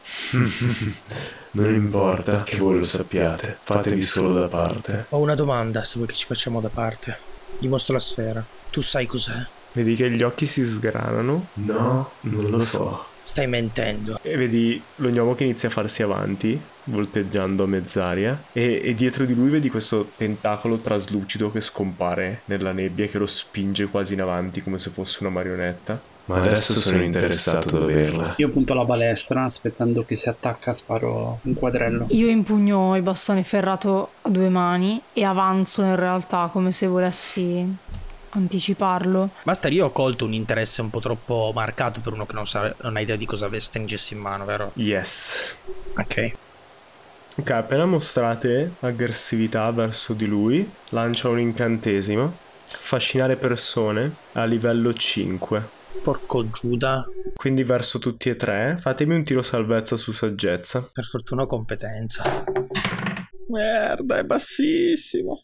[SPEAKER 5] Non importa che voi lo sappiate, fatevi solo da parte.
[SPEAKER 3] Ho una domanda, se vuoi che ci facciamo da parte. Gli mostro la sfera. Tu sai cos'è?
[SPEAKER 2] Vedi che gli occhi si sgranano
[SPEAKER 5] No, non lo so.
[SPEAKER 3] Stai mentendo.
[SPEAKER 2] e vedi lo gnomo che inizia a farsi avanti, volteggiando a mezz'aria, e, e dietro di lui vedi questo tentacolo traslucido che scompare nella nebbia e che lo spinge quasi in avanti come se fosse una marionetta.
[SPEAKER 5] Ma adesso sono interessato ad averla.
[SPEAKER 4] Io punto la balestra, aspettando che si attacca, sparo un quadrello.
[SPEAKER 1] Io impugno il bastone ferrato a due mani e avanzo in realtà come se volessi anticiparlo.
[SPEAKER 3] Master, io ho colto un interesse un po' troppo marcato per uno che non, sa, non ha idea di cosa stringessi in mano, vero?
[SPEAKER 2] Yes.
[SPEAKER 3] Ok.
[SPEAKER 2] Ok, appena mostrate aggressività verso di lui, lancia un incantesimo. Affascinare persone a livello cinque.
[SPEAKER 3] Porco Giuda.
[SPEAKER 2] Quindi verso tutti e tre. Fatemi un tiro salvezza su saggezza.
[SPEAKER 3] Per fortuna ho competenza. Merda, è bassissimo.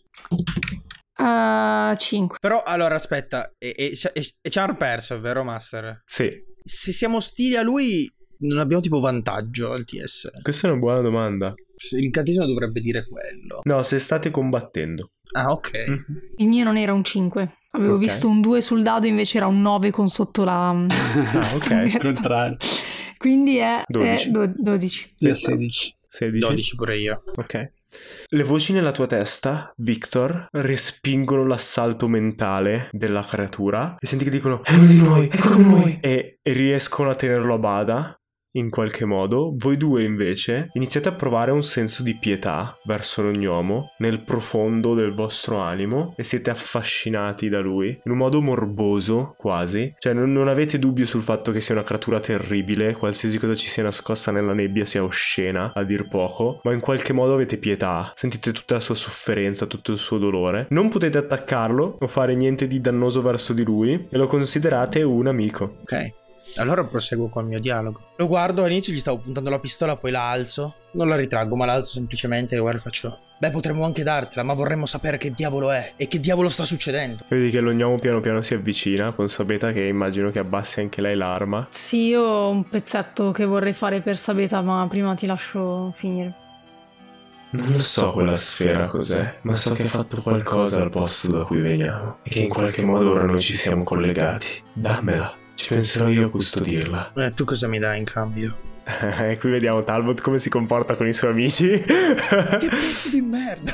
[SPEAKER 1] Uh, cinque.
[SPEAKER 3] Però, allora, aspetta. E, e, e, e Char perso, vero, Master?
[SPEAKER 2] Sì.
[SPEAKER 3] Se siamo ostili a lui, non abbiamo tipo vantaggio al T S.
[SPEAKER 2] Questa è una buona domanda.
[SPEAKER 3] L'incantesimo dovrebbe dire quello.
[SPEAKER 2] No, se state combattendo.
[SPEAKER 3] Ah, ok.
[SPEAKER 2] Mm.
[SPEAKER 1] Il mio non era un cinque. Avevo
[SPEAKER 2] Ok.
[SPEAKER 1] visto un due sul dado, invece era un nove con sotto la...
[SPEAKER 2] Ah, ok.
[SPEAKER 1] stanghetta.
[SPEAKER 4] Contrario.
[SPEAKER 1] Quindi è,
[SPEAKER 2] dodici.
[SPEAKER 1] è do- dodici.
[SPEAKER 4] Io sedici.
[SPEAKER 2] sedici.
[SPEAKER 3] dodici pure io.
[SPEAKER 2] Ok. Le voci nella tua testa, Victor, respingono l'assalto mentale della creatura e senti che dicono: è uno di noi, è come noi, e, e riescono a tenerlo a bada in qualche modo. Voi due invece iniziate a provare un senso di pietà verso lo gnomo nel profondo del vostro animo e siete affascinati da lui in un modo morboso quasi, cioè non, non avete dubbio sul fatto che sia una creatura terribile, qualsiasi cosa ci sia nascosta nella nebbia sia oscena a dir poco, ma in qualche modo avete pietà, sentite tutta la sua sofferenza, tutto il suo dolore. Non potete attaccarlo o fare niente di dannoso verso di lui e lo considerate un amico.
[SPEAKER 3] Ok. Allora proseguo col mio dialogo. Lo guardo, all'inizio gli stavo puntando la pistola, poi la alzo. Non la ritraggo, ma la alzo semplicemente e guardo e faccio: beh, potremmo anche dartela, ma vorremmo sapere che diavolo è e che diavolo sta succedendo.
[SPEAKER 2] Vedi che lo gnomo piano piano si avvicina con Sabeta che immagino che abbassi anche lei l'arma.
[SPEAKER 1] Sì, io ho un pezzetto che vorrei fare per Sabeta, ma prima ti lascio finire.
[SPEAKER 5] Non lo so quella sfera cos'è, ma so che ha fatto qualcosa al posto da cui veniamo e che in qualche modo ora noi ci siamo collegati. Dammela, ci penserò io a custodirla.
[SPEAKER 3] Eh, tu cosa mi dai in cambio?
[SPEAKER 2] E qui vediamo Talbot come si comporta con i suoi amici.
[SPEAKER 3] Che pezzo di merda.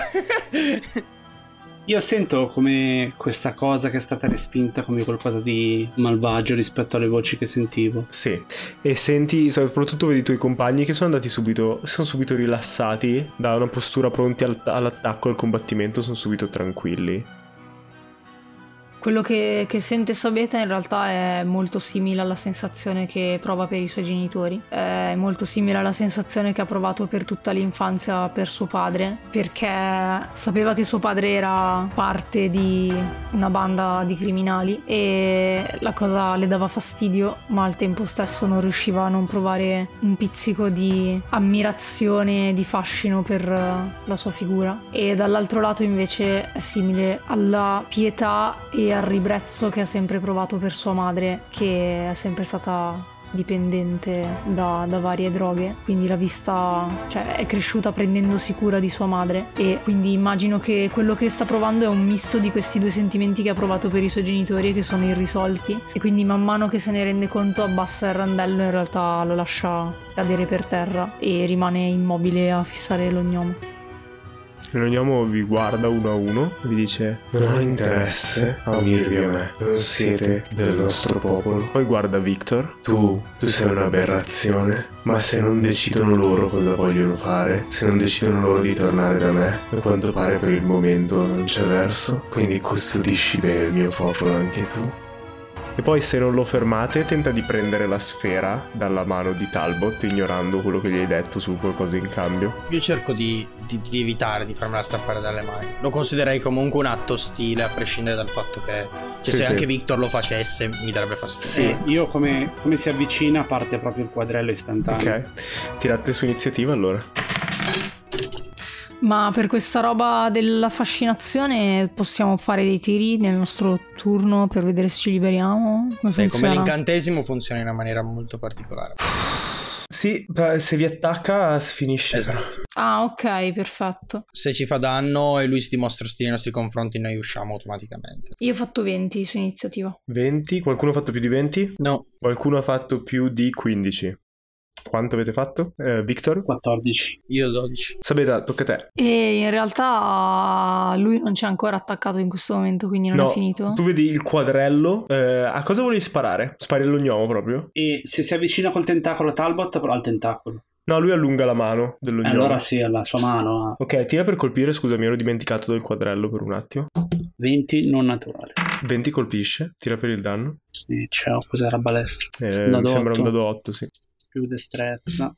[SPEAKER 4] Io sento come questa cosa che è stata respinta come qualcosa di malvagio rispetto alle voci che sentivo.
[SPEAKER 2] Sì, e senti, soprattutto vedi i tuoi compagni che sono andati subito, sono subito rilassati da una postura pronti al- all'attacco, al combattimento, sono subito tranquilli.
[SPEAKER 1] quello che, che sente Sabeta in realtà è molto simile alla sensazione che prova per i suoi genitori, è molto simile alla sensazione che ha provato per tutta l'infanzia per suo padre, perché sapeva che suo padre era parte di una banda di criminali e la cosa le dava fastidio, ma al tempo stesso non riusciva a non provare un pizzico di ammirazione, di fascino per la sua figura. E dall'altro lato invece è simile alla pietà e al ribrezzo che ha sempre provato per sua madre, che è sempre stata dipendente da, da varie droghe, quindi l'ha vista, cioè è cresciuta prendendosi cura di sua madre, e quindi immagino che quello che sta provando è un misto di questi due sentimenti che ha provato per i suoi genitori e che sono irrisolti, e quindi man mano che se ne rende conto abbassa il randello, in realtà lo lascia cadere per terra e rimane immobile a fissare l'ognomo.
[SPEAKER 2] L'ognomo vi guarda uno a uno e vi dice:
[SPEAKER 5] non ho interesse a unirvi a me, non siete del nostro popolo.
[SPEAKER 2] Poi guarda Victor.
[SPEAKER 5] Tu, tu sei un'aberrazione, ma se non decidono loro cosa vogliono fare, se non decidono loro di tornare da me, a quanto pare per il momento non c'è verso, quindi custodisci bene il mio popolo anche tu.
[SPEAKER 2] E poi se non lo fermate tenta di prendere la sfera dalla mano di Talbot, ignorando quello che gli hai detto su qualcosa in cambio.
[SPEAKER 3] Io cerco di, di, di evitare di farmela strappare dalle mani. Lo considererei comunque un atto ostile, a prescindere dal fatto che cioè,
[SPEAKER 2] Sì,
[SPEAKER 3] se
[SPEAKER 2] sì.
[SPEAKER 3] anche Victor lo facesse mi darebbe fastidio.
[SPEAKER 4] Sì, io come, come si avvicina parte proprio il quadrello istantaneo.
[SPEAKER 2] Ok, tirate su iniziativa allora.
[SPEAKER 1] Ma per questa roba della fascinazione possiamo fare dei tiri nel nostro turno per vedere se ci liberiamo? Come
[SPEAKER 3] Sì, come
[SPEAKER 1] funziona?
[SPEAKER 3] l'incantesimo funziona in una maniera molto particolare.
[SPEAKER 2] Sì, beh, se vi attacca finisce.
[SPEAKER 3] Esatto.
[SPEAKER 1] Ah, ok, perfetto.
[SPEAKER 3] Se ci fa danno e lui si dimostra ostile nei nostri confronti, noi usciamo automaticamente.
[SPEAKER 1] Io ho fatto venti su iniziativa.
[SPEAKER 2] venti, qualcuno ha fatto più di venti?
[SPEAKER 3] No.
[SPEAKER 2] Qualcuno ha fatto più di quindici. Quanto avete fatto? Eh, Victor?
[SPEAKER 4] quattordici.
[SPEAKER 3] Io dodici.
[SPEAKER 2] Sabeta, tocca a te.
[SPEAKER 1] E in realtà lui non c'è ancora attaccato in questo momento, quindi non
[SPEAKER 2] No,
[SPEAKER 1] è finito.
[SPEAKER 2] tu vedi il quadrello. Eh, a cosa volevi sparare? Spari all'ognomo proprio?
[SPEAKER 4] E se si avvicina col tentacolo a Talbot, però al tentacolo.
[SPEAKER 2] No, lui allunga la mano
[SPEAKER 4] E
[SPEAKER 2] dell'ognomo.
[SPEAKER 4] allora sì, alla sua mano.
[SPEAKER 2] Ok, tira per colpire, scusa, mi ero dimenticato del quadrello per un attimo.
[SPEAKER 4] venti non naturale.
[SPEAKER 2] venti colpisce, tira per il danno.
[SPEAKER 4] E c'è, cos'era balestra?
[SPEAKER 2] Eh,
[SPEAKER 4] Un dado
[SPEAKER 2] mi sembra un
[SPEAKER 4] otto.
[SPEAKER 2] dado otto, sì.
[SPEAKER 4] Più destrezza.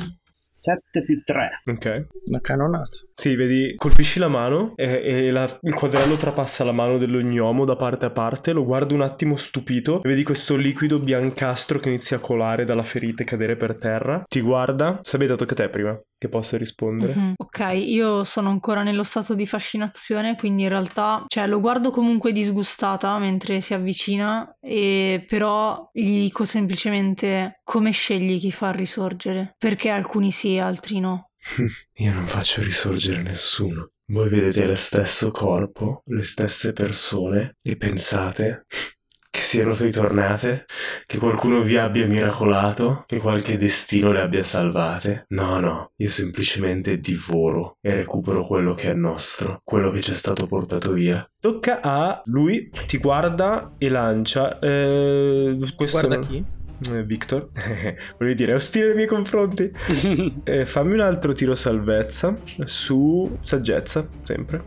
[SPEAKER 4] sette più tre.
[SPEAKER 2] Ok.
[SPEAKER 3] Una canonata.
[SPEAKER 2] Sì, vedi, colpisci la mano e, e la- il quadrello trapassa la mano dell'ognomo da parte a parte, lo guardi un attimo stupito e vedi questo liquido biancastro che inizia a colare dalla ferita e cadere per terra. Ti guarda. Sabeta, tocca a te prima che possa rispondere.
[SPEAKER 1] Mhm. Ok, io sono ancora nello stato di fascinazione, quindi in realtà, cioè, lo guardo comunque disgustata mentre si avvicina, e però gli dico semplicemente: come scegli chi far risorgere? Perché alcuni sì e altri no?
[SPEAKER 5] Io non faccio risorgere nessuno. Voi vedete lo stesso corpo, le stesse persone e pensate che siano ritornate, che qualcuno vi abbia miracolato, che qualche destino le abbia salvate. No, no, io semplicemente divoro e recupero quello che è nostro, quello che ci è stato portato via.
[SPEAKER 2] Tocca a lui, ti guarda e lancia. Eh, questo
[SPEAKER 3] Guarda
[SPEAKER 2] non-
[SPEAKER 3] chi?
[SPEAKER 2] Eh, Victor. Volevi dire, è ostile nei miei confronti. Eh, fammi un altro tiro salvezza su saggezza, sempre.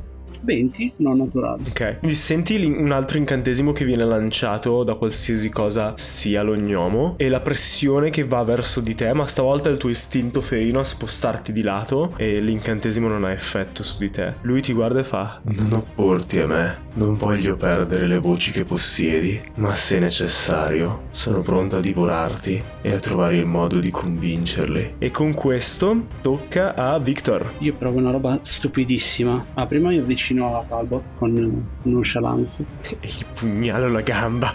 [SPEAKER 4] venti non naturale.
[SPEAKER 2] Ok. Quindi senti l'in- un altro incantesimo che viene lanciato da qualsiasi cosa sia l'ognomo e la pressione che va verso di te, ma stavolta è il tuo istinto ferino a spostarti di lato e l'incantesimo non ha effetto su di te. Lui ti guarda e fa:
[SPEAKER 5] Non opporti a me, non voglio perdere le voci che possiedi, ma se necessario sono pronto a divorarti e a trovare il modo di convincerli.
[SPEAKER 2] e con questo tocca a Victor.
[SPEAKER 4] Io provo una roba stupidissima. Ah, prima io avvicino a Talbot con nonchalance.
[SPEAKER 2] E gli pugnalo la gamba.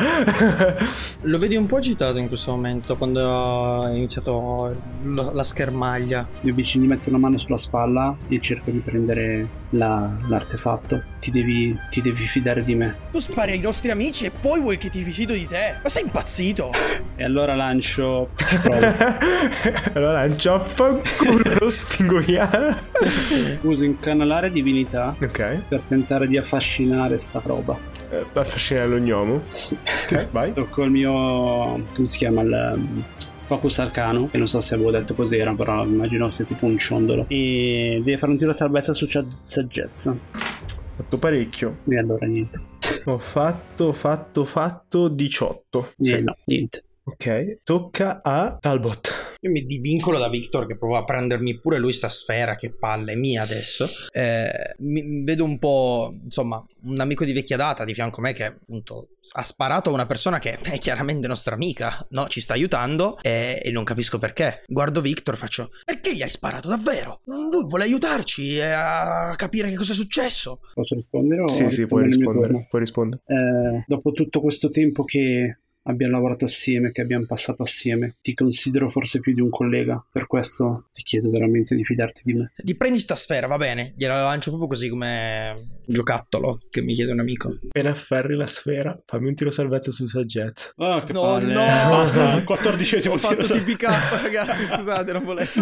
[SPEAKER 3] Lo vedi un po' agitato in questo momento quando ha iniziato lo- la schermaglia.
[SPEAKER 4] Mi avvicino, gli metto una mano sulla spalla e cerco di prendere la- l'artefatto. Ti devi, ti devi fidare di me.
[SPEAKER 6] Tu spari ai nostri amici e poi vuoi che ti fido di te? Ma sei impazzito?
[SPEAKER 4] E allora lancio. Ci provo.
[SPEAKER 2] Allora lancia a fanculo lo spingo via.
[SPEAKER 4] Uso incanalare divinità
[SPEAKER 2] Ok.
[SPEAKER 4] per tentare di affascinare sta roba.
[SPEAKER 2] Eh, affascina l'ognomo.
[SPEAKER 4] Sì.
[SPEAKER 2] Ok, vai.
[SPEAKER 4] Tocco il mio. Come si chiama? Il um, focus arcano. Che non so se avevo detto cos'era, però immagino sia tipo un ciondolo. E deve fare un tiro a salvezza su cia- saggezza.
[SPEAKER 2] Fatto parecchio.
[SPEAKER 4] E allora niente.
[SPEAKER 2] Ho fatto, fatto, fatto diciotto.
[SPEAKER 4] Eh,
[SPEAKER 2] Sì.
[SPEAKER 4] no, niente.
[SPEAKER 2] Ok, tocca a Talbot.
[SPEAKER 3] Io mi divincolo da Victor che prova a prendermi pure lui sta sfera, che palle, è mia adesso. Eh, mi vedo un po', insomma, un amico di vecchia data di fianco a me che appunto ha sparato a una persona che è chiaramente nostra amica, no? Ci sta aiutando e, e non capisco perché. Guardo Victor, faccio: perché gli hai sparato davvero? Lui vuole aiutarci a capire che cosa è successo.
[SPEAKER 4] Posso rispondere? O
[SPEAKER 2] Sì, sì, puoi
[SPEAKER 4] rispondo nel mio
[SPEAKER 2] rispondere.
[SPEAKER 4] turno?
[SPEAKER 2] Puoi rispondere.
[SPEAKER 4] Eh, dopo tutto questo tempo che abbiamo lavorato assieme, che abbiamo passato assieme, ti considero forse più di un collega, per questo ti chiedo veramente di fidarti di me.
[SPEAKER 3] Ti prendi sta sfera, va bene, gliela lancio proprio così come giocattolo che mi chiede un amico.
[SPEAKER 2] Appena afferri la sfera, fammi un tiro salvezza sul saggezza.
[SPEAKER 4] Oh, che
[SPEAKER 3] No,
[SPEAKER 4] palle.
[SPEAKER 3] no.
[SPEAKER 4] Basta, quattordicesimo
[SPEAKER 3] Ho
[SPEAKER 4] tiro
[SPEAKER 3] fatto
[SPEAKER 4] salvezza.
[SPEAKER 3] T P K, ragazzi, scusate, non volevo.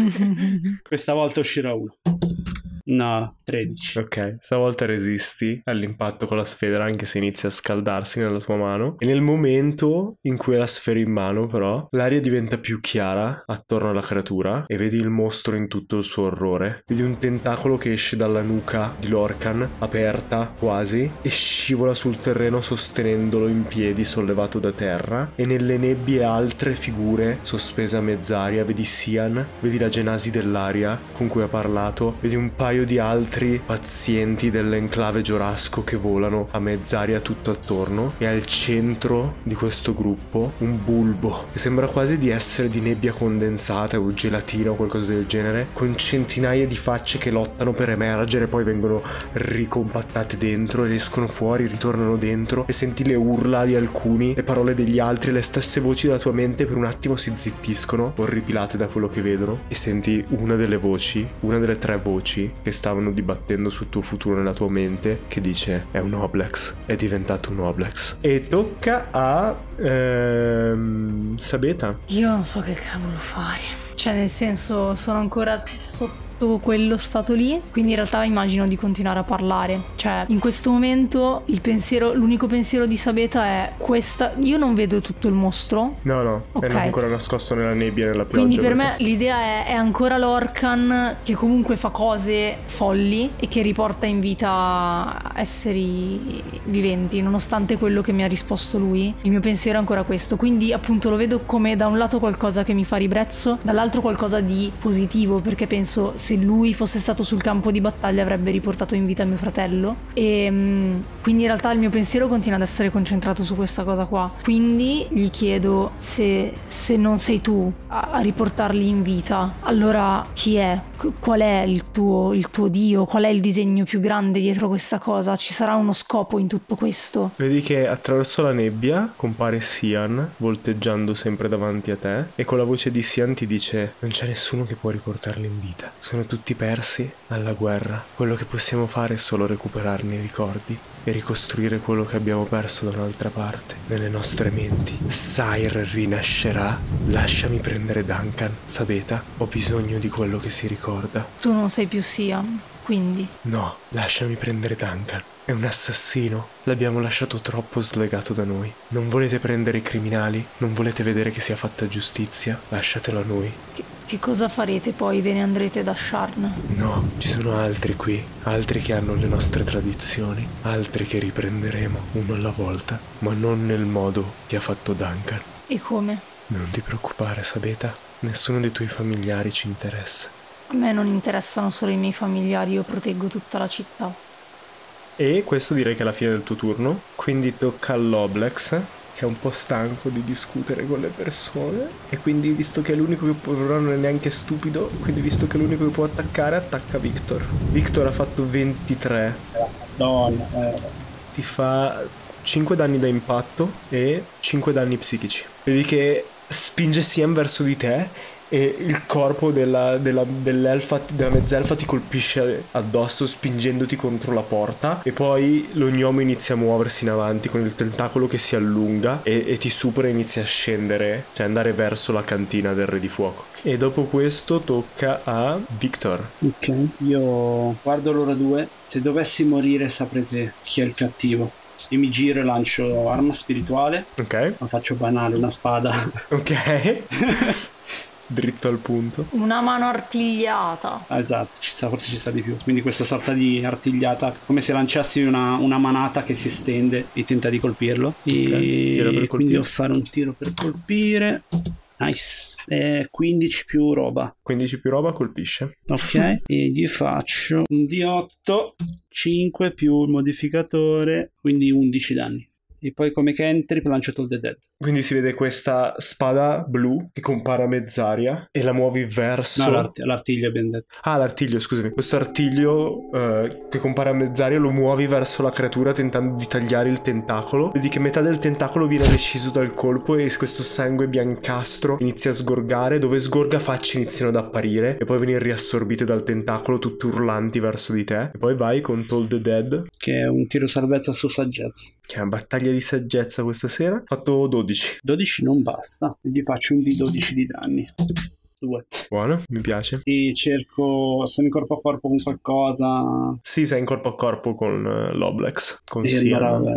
[SPEAKER 4] Questa volta uscirà uno. No, tredici.
[SPEAKER 2] Ok, stavolta resisti all'impatto con la sfera anche se inizia a scaldarsi nella tua mano. E nel momento in cui hai la sfera in mano, però, l'aria diventa più chiara attorno alla creatura e vedi il mostro in tutto il suo orrore. Vedi un tentacolo che esce dalla nuca di Lorcan, aperta quasi, e scivola sul terreno sostenendolo in piedi sollevato da terra. E nelle nebbie altre figure sospese a mezz'aria. Vedi Sian, vedi la genasi dell'aria con cui ha parlato, vedi un paio di altri pazienti dell'enclave giorasco che volano a mezz'aria tutto attorno, e al centro di questo gruppo un bulbo che sembra quasi di essere di nebbia condensata o gelatina o qualcosa del genere, con centinaia di facce che lottano per emergere, poi vengono ricompattate dentro, escono fuori, ritornano dentro, e senti le urla di alcuni, le parole degli altri, le stesse voci della tua mente per un attimo si zittiscono, orripilate da quello che vedono, e senti una delle voci, una delle tre voci che stavano dibattendo sul tuo futuro nella tua mente, che dice: è un Oblex, è diventato un Oblex. E tocca a ehm, Sabeta.
[SPEAKER 1] Io non so che cavolo fare. Cioè, nel senso, sono ancora sotto quello stato lì, quindi in realtà immagino di continuare a parlare. Cioè, in questo momento il pensiero, l'unico pensiero di Sabeta è questa. Io non vedo tutto il mostro.
[SPEAKER 2] No, no,
[SPEAKER 1] Ok.
[SPEAKER 2] è ancora nascosto nella nebbia, nella pioggia.
[SPEAKER 1] Quindi per
[SPEAKER 2] perché-
[SPEAKER 1] me l'idea è, è ancora Lorcan che comunque fa cose folli e che riporta in vita esseri viventi, nonostante quello che mi ha risposto lui. Il mio pensiero è ancora questo, quindi appunto lo vedo come da un lato qualcosa che mi fa ribrezzo, dall'altro qualcosa di positivo, perché penso se lui fosse stato sul campo di battaglia avrebbe riportato in vita mio fratello, e mm, quindi in realtà il mio pensiero continua ad essere concentrato su questa cosa qua. Quindi gli chiedo: se, se non sei tu a, a riportarli in vita, allora chi è? Qu- Qual è il tuo, il tuo dio? Qual è il disegno più grande dietro questa cosa? Ci sarà uno scopo in tutto questo?
[SPEAKER 2] Vedi che attraverso la nebbia compare Sian, volteggiando sempre davanti a te, e con la voce di Sian ti dice: non c'è nessuno che può riportarli in vita. Sono tutti persi alla guerra. Quello che possiamo fare è solo recuperarne i ricordi e ricostruire quello che abbiamo perso da un'altra parte, nelle nostre menti. Sire rinascerà. Lasciami prendere Duncan, Sabeta. Ho bisogno di quello che si ricorda.
[SPEAKER 1] Tu non sei più Sian, quindi...
[SPEAKER 2] No, lasciami prendere Duncan. È un assassino. L'abbiamo lasciato troppo slegato da noi. Non volete prendere i criminali? Non volete vedere che sia fatta giustizia? Lasciatelo a noi.
[SPEAKER 1] Che, che cosa farete poi? Ve ne andrete da Sharn?
[SPEAKER 2] No, ci sono altri qui, altri che hanno le nostre tradizioni, altri che riprenderemo uno alla volta, ma non nel modo che ha fatto Duncan.
[SPEAKER 1] E come?
[SPEAKER 2] Non ti preoccupare, Sabeta, nessuno dei tuoi familiari ci interessa.
[SPEAKER 1] A me non interessano solo i miei familiari, io proteggo tutta la città.
[SPEAKER 2] E questo direi che è la fine del tuo turno, quindi tocca all'Oblex, che è un po' stanco di discutere con le persone, e quindi visto che è l'unico che può, però non è neanche stupido, quindi visto che è l'unico che può attaccare, attacca Victor. Victor ha fatto ventitré,
[SPEAKER 4] Madonna, eh.
[SPEAKER 2] ti fa cinque danni da impatto e cinque danni psichici. Vedi che spinge Sian verso di te e il corpo della, della, dell'elfa, della mezzelfa ti colpisce addosso spingendoti contro la porta, e poi lo gnomo inizia a muoversi in avanti con il tentacolo che si allunga e, e ti supera e inizia a scendere, cioè andare verso la cantina del Re di Fuoco. E dopo questo tocca a Victor.
[SPEAKER 4] Ok, io guardo loro due. Se dovessi morire saprete chi è il cattivo. Io mi giro e lancio arma spirituale.
[SPEAKER 2] Ok,
[SPEAKER 4] Ma faccio banale, una spada.
[SPEAKER 2] ok. dritto al punto.
[SPEAKER 1] Una mano artigliata.
[SPEAKER 4] Ah, esatto, ci sta, forse ci sta di più. Quindi questa sorta di artigliata, come se lanciassi una, una manata che si estende e tenta di colpirlo.
[SPEAKER 2] Okay,
[SPEAKER 4] E
[SPEAKER 2] tiro per
[SPEAKER 4] quindi
[SPEAKER 2] colpire.
[SPEAKER 4] devo fare un tiro per colpire. Nice. Eh, quindici più roba.
[SPEAKER 2] quindici più roba colpisce.
[SPEAKER 4] Ok. E gli faccio un D otto, cinque più il modificatore, quindi undici danni. E poi come cantrip lancio Toll the Dead.
[SPEAKER 2] Quindi si vede questa spada blu che compare a mezz'aria e la muovi verso...
[SPEAKER 4] No, l'art- l'artiglio abbiamo detto.
[SPEAKER 2] Ah, l'artiglio, scusami. Questo artiglio eh, che compare a mezz'aria lo muovi verso la creatura tentando di tagliare il tentacolo. Vedi che metà del tentacolo viene reciso dal colpo e questo sangue biancastro inizia a sgorgare. Dove sgorga facce iniziano ad apparire e poi venire riassorbite dal tentacolo tutte urlanti verso di te. E poi vai con Toll the Dead,
[SPEAKER 4] Che è un tiro salvezza su saggezza.
[SPEAKER 2] che è una battaglia di saggezza questa sera. Ho fatto dodici.
[SPEAKER 4] dodici non basta. E gli faccio un D dodici di danni. Due.
[SPEAKER 2] Buono, mi piace.
[SPEAKER 4] E cerco, sono in corpo a corpo con qualcosa.
[SPEAKER 2] Sì, sei in corpo a corpo con uh, l'Oblex. Con
[SPEAKER 4] E
[SPEAKER 2] Sian.
[SPEAKER 4] allora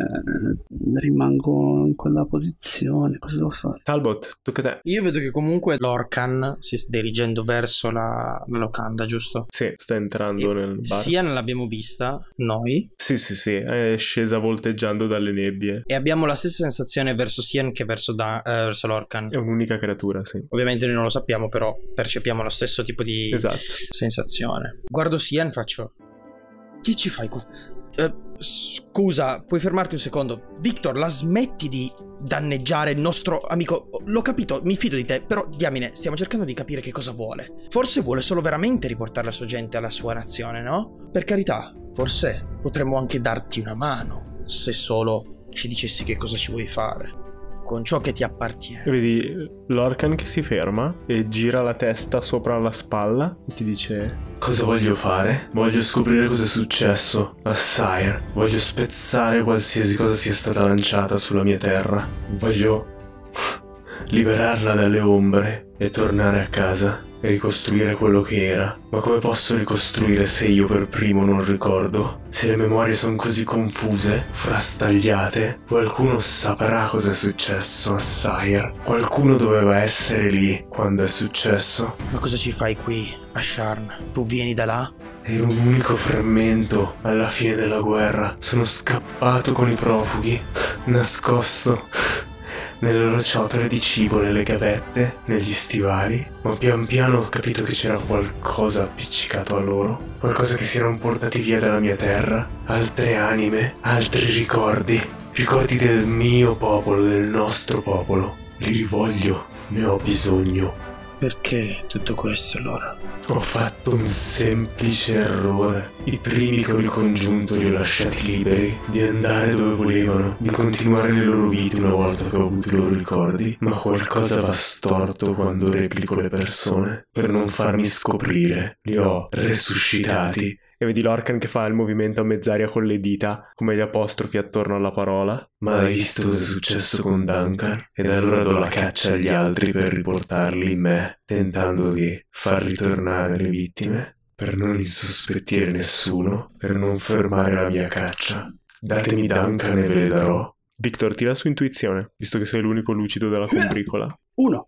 [SPEAKER 4] eh, rimango in quella posizione. Cosa devo fare?
[SPEAKER 2] Talbot, tocca a te.
[SPEAKER 3] Io vedo che comunque l'Orcan si sta dirigendo verso la, la locanda, giusto?
[SPEAKER 2] Sì, sta entrando nel bar.
[SPEAKER 3] Sian l'abbiamo vista, noi,
[SPEAKER 2] Sì, sì, sì, è scesa volteggiando dalle nebbie.
[SPEAKER 3] e abbiamo la stessa sensazione verso Sian che verso, da, eh, verso l'Orcan.
[SPEAKER 2] È un'unica creatura, sì.
[SPEAKER 3] Ovviamente noi non lo sappiamo, però percepiamo lo stesso tipo di
[SPEAKER 2] Esatto.
[SPEAKER 3] sensazione. Guardo Sian, faccio: che ci fai qua? Eh, scusa, puoi fermarti un secondo? Victor, la smetti di danneggiare il nostro amico? L'ho capito, mi fido di te, però diamine, stiamo cercando di capire che cosa vuole. Forse vuole solo veramente riportare la sua gente alla sua nazione, no? Per carità, forse potremmo anche darti una mano, se solo ci dicessi che cosa ci vuoi fare con ciò che ti appartiene.
[SPEAKER 2] Vedi l'Orcan che si ferma e gira la testa sopra la spalla e ti dice:
[SPEAKER 5] Cosa voglio fare? Voglio scoprire cosa è successo a Sire. Voglio spezzare qualsiasi cosa sia stata lanciata sulla mia terra. Voglio liberarla dalle ombre e tornare a casa e ricostruire quello che era. Ma come posso ricostruire se io per primo non ricordo? Se le memorie sono così confuse, frastagliate, qualcuno saprà cosa è successo a Sire. Qualcuno doveva essere lì quando è successo.
[SPEAKER 3] Ma cosa ci fai qui, a Sharn? Tu vieni da là?
[SPEAKER 5] Ero un unico frammento alla fine della guerra. Sono scappato con i profughi, nascosto nelle loro ciotole di cibo, nelle gavette, negli stivali, ma pian piano ho capito che c'era qualcosa appiccicato a loro, qualcosa che si erano portati via dalla mia terra, altre anime, altri ricordi, ricordi del mio popolo, del nostro popolo. Li rivoglio, ne ho bisogno.
[SPEAKER 3] Perché tutto questo allora?
[SPEAKER 5] Ho fatto un semplice errore. I primi che ho ricongiunto li ho lasciati liberi di andare dove volevano, di continuare le loro vite una volta che ho avuto i loro ricordi, ma qualcosa va storto quando replico le persone. Per non farmi scoprire, li ho resuscitati.
[SPEAKER 2] E vedi l'Orcan che fa il movimento a mezz'aria con le dita, come gli apostrofi attorno alla parola.
[SPEAKER 5] Ma hai visto cosa è successo con Duncan? Ed allora do la caccia agli altri per riportarli in me, tentando di far ritornare le vittime, per non insospettire nessuno, per non fermare la mia caccia. Datemi Duncan e ve le darò.
[SPEAKER 2] Victor, tira su intuizione, visto che sei l'unico lucido della combricola.
[SPEAKER 4] Uno.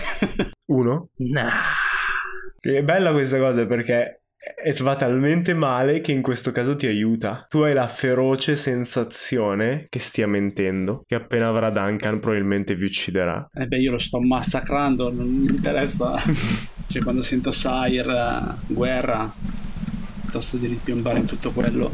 [SPEAKER 2] Uno?
[SPEAKER 3] Nah.
[SPEAKER 2] È bella questa cosa perché e va talmente male che in questo caso ti aiuta. Tu hai la feroce sensazione che stia mentendo, che appena avrà Duncan probabilmente vi ucciderà.
[SPEAKER 4] Eh beh, io lo sto massacrando, non mi interessa. Cioè, quando sento Sire, uh, guerra, piuttosto di ripiombare in tutto quello.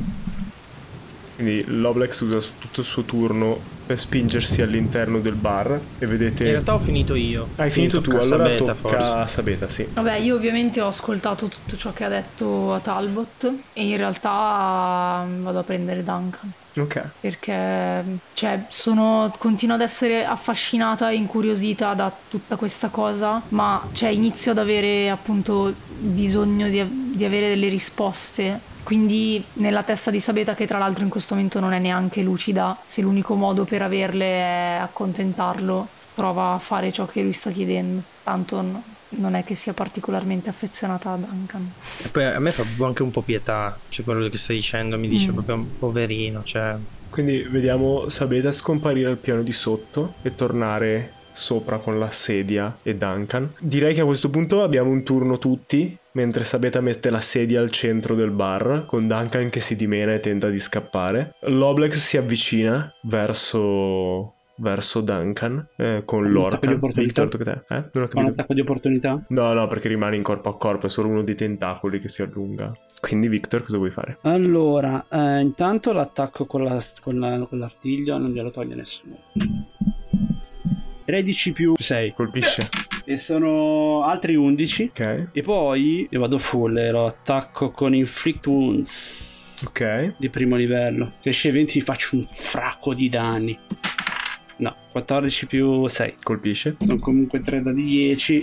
[SPEAKER 2] Quindi l'Oblex usa tutto il suo turno per spingersi all'interno del bar e vedete...
[SPEAKER 3] In realtà ho finito io.
[SPEAKER 2] Hai finito tu,
[SPEAKER 3] Tocca a
[SPEAKER 2] allora
[SPEAKER 3] Sabeta,
[SPEAKER 2] tocca
[SPEAKER 3] forse.
[SPEAKER 2] a Sabeta, sì.
[SPEAKER 1] Vabbè, io ovviamente ho ascoltato tutto ciò che ha detto a Talbot e in realtà vado a prendere Duncan.
[SPEAKER 2] Ok.
[SPEAKER 1] Perché cioè, sono, continuo ad essere affascinata e incuriosita da tutta questa cosa, ma cioè, inizio ad avere appunto bisogno di, di avere delle risposte. Quindi nella testa di Sabeta, che tra l'altro in questo momento non è neanche lucida, se l'unico modo per averle è accontentarlo, prova a fare ciò che lui sta chiedendo. Tanto no, non è che sia particolarmente affezionata a Duncan.
[SPEAKER 3] E poi a me fa anche un po' pietà, cioè quello che stai dicendo mi dice
[SPEAKER 1] Mm.
[SPEAKER 3] proprio un poverino, cioè...
[SPEAKER 2] Quindi vediamo Sabeta scomparire al piano di sotto e tornare sopra con la sedia e Duncan. Direi che a questo punto abbiamo un turno tutti, mentre Sabeta mette la sedia al centro del bar, con Duncan che si dimena e tenta di scappare. L'Oblex si avvicina verso... verso Duncan eh, con
[SPEAKER 4] Un
[SPEAKER 2] l'orca.
[SPEAKER 4] attacco di opportunità?
[SPEAKER 2] Victor, tocca a te. Eh? Non ho
[SPEAKER 4] Fa un
[SPEAKER 2] capito.
[SPEAKER 4] attacco di opportunità?
[SPEAKER 2] No, no, perché rimane in corpo a corpo, è solo uno dei tentacoli che si allunga. Quindi Victor, cosa vuoi fare?
[SPEAKER 4] Allora, eh, intanto l'attacco con, la, con, la, con l'artiglio non glielo toglie nessuno. tredici più sei.
[SPEAKER 2] Colpisce.
[SPEAKER 4] E sono altri undici.
[SPEAKER 2] Ok.
[SPEAKER 4] E poi io vado full e lo attacco con Inflict Wounds.
[SPEAKER 2] Ok.
[SPEAKER 4] Di primo livello. Se esce venti faccio un fracco di danni. No, quattordici più sei.
[SPEAKER 2] Colpisce.
[SPEAKER 4] Sono comunque tre da dieci.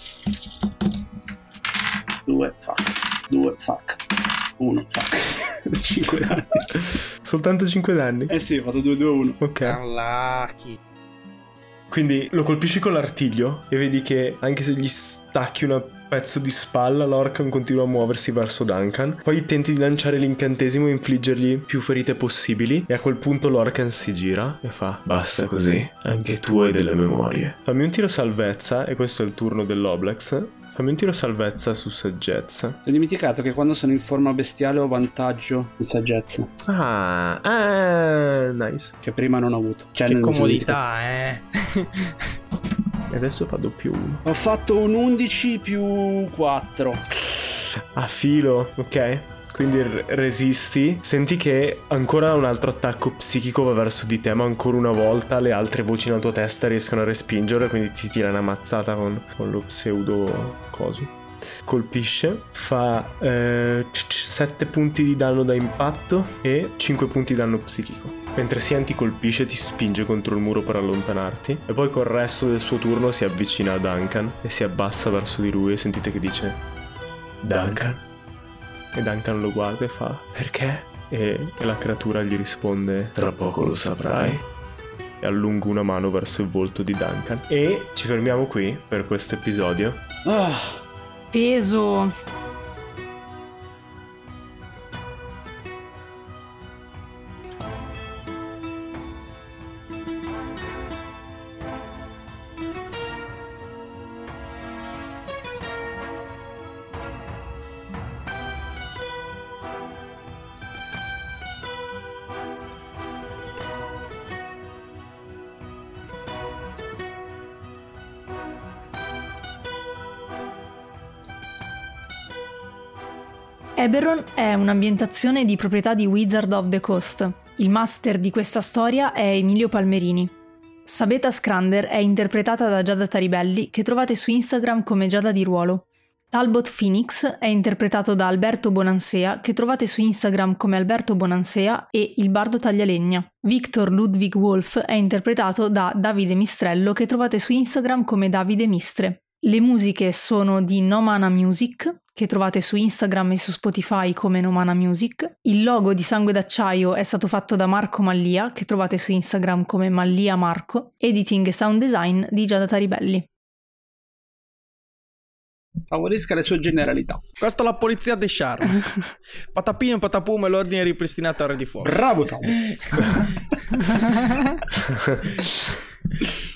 [SPEAKER 4] due, fuck. due, fuck. uno, fuck. cinque danni.
[SPEAKER 2] Soltanto cinque danni?
[SPEAKER 4] Eh sì, ho fatto due, due, uno.
[SPEAKER 2] Ok.
[SPEAKER 3] Unlucky.
[SPEAKER 2] Quindi lo colpisci con l'artiglio e vedi che anche se gli stacchi un pezzo di spalla, l'Orcan continua a muoversi verso Duncan. Poi tenti di lanciare l'incantesimo e infliggergli più ferite possibili, e a quel punto l'Orcan si gira e fa:
[SPEAKER 5] Basta così, anche tu hai delle memorie.
[SPEAKER 2] fammi un tiro salvezza, e questo è il turno dell'Oblex. Fammi un tiro salvezza su saggezza.
[SPEAKER 4] Ho dimenticato che quando sono in forma bestiale ho vantaggio in saggezza,
[SPEAKER 2] Ah, ah, nice.
[SPEAKER 4] che prima non ho avuto. Cioè,
[SPEAKER 3] Che
[SPEAKER 4] nel senso di-
[SPEAKER 3] comodità, eh.
[SPEAKER 2] E adesso fa doppio uno.
[SPEAKER 4] Ho fatto un undici più quattro.
[SPEAKER 2] A filo, ok? Quindi r- resisti. Senti che ancora un altro attacco psichico va verso di te, ma ancora una volta le altre voci nella tua testa riescono a respingere, quindi ti tira una mazzata con, con lo pseudo coso. Colpisce, fa sette punti di danno da impatto e cinque punti di danno psichico. Mentre Sian ti colpisce, ti spinge contro il muro per allontanarti, e poi col resto del suo turno si avvicina a Duncan e si abbassa verso di lui, e sentite che dice:
[SPEAKER 5] Duncan?
[SPEAKER 2] e Duncan lo guarda e fa: perché? E, e la creatura gli risponde:
[SPEAKER 5] Tra poco lo saprai.
[SPEAKER 2] e allunga una mano verso il volto di Duncan. E ci fermiamo qui per questo episodio.
[SPEAKER 4] Ah,
[SPEAKER 1] Peso. Eberron è un'ambientazione di proprietà di Wizard of the Coast. Il master di questa storia è Emilio Palmerini. Sabeta Scrander è interpretata da Giada Taribelli, che trovate su Instagram come Giada di Ruolo. Talbot Phoenix è interpretato da Alberto Bonansea, che trovate su Instagram come Alberto Bonansea e Il Bardo Taglialegna. Victor Ludwig Wolf è interpretato da Davide Mistrello, che trovate su Instagram come Davide Mistre. Le musiche sono di Nomana Music, che trovate su Instagram e su Spotify come Nomana Music. Il logo di Sangue d'Acciaio è stato fatto da Marco Mallia, che trovate su Instagram come Mallia Marco. Editing e sound design di Giada Taribelli.
[SPEAKER 4] favorisca le sue generalità.
[SPEAKER 3] Questa è la polizia di Charme. Patapino, patapum e l'ordine ripristinato a Re di Fuoco.
[SPEAKER 4] Bravo, Tom.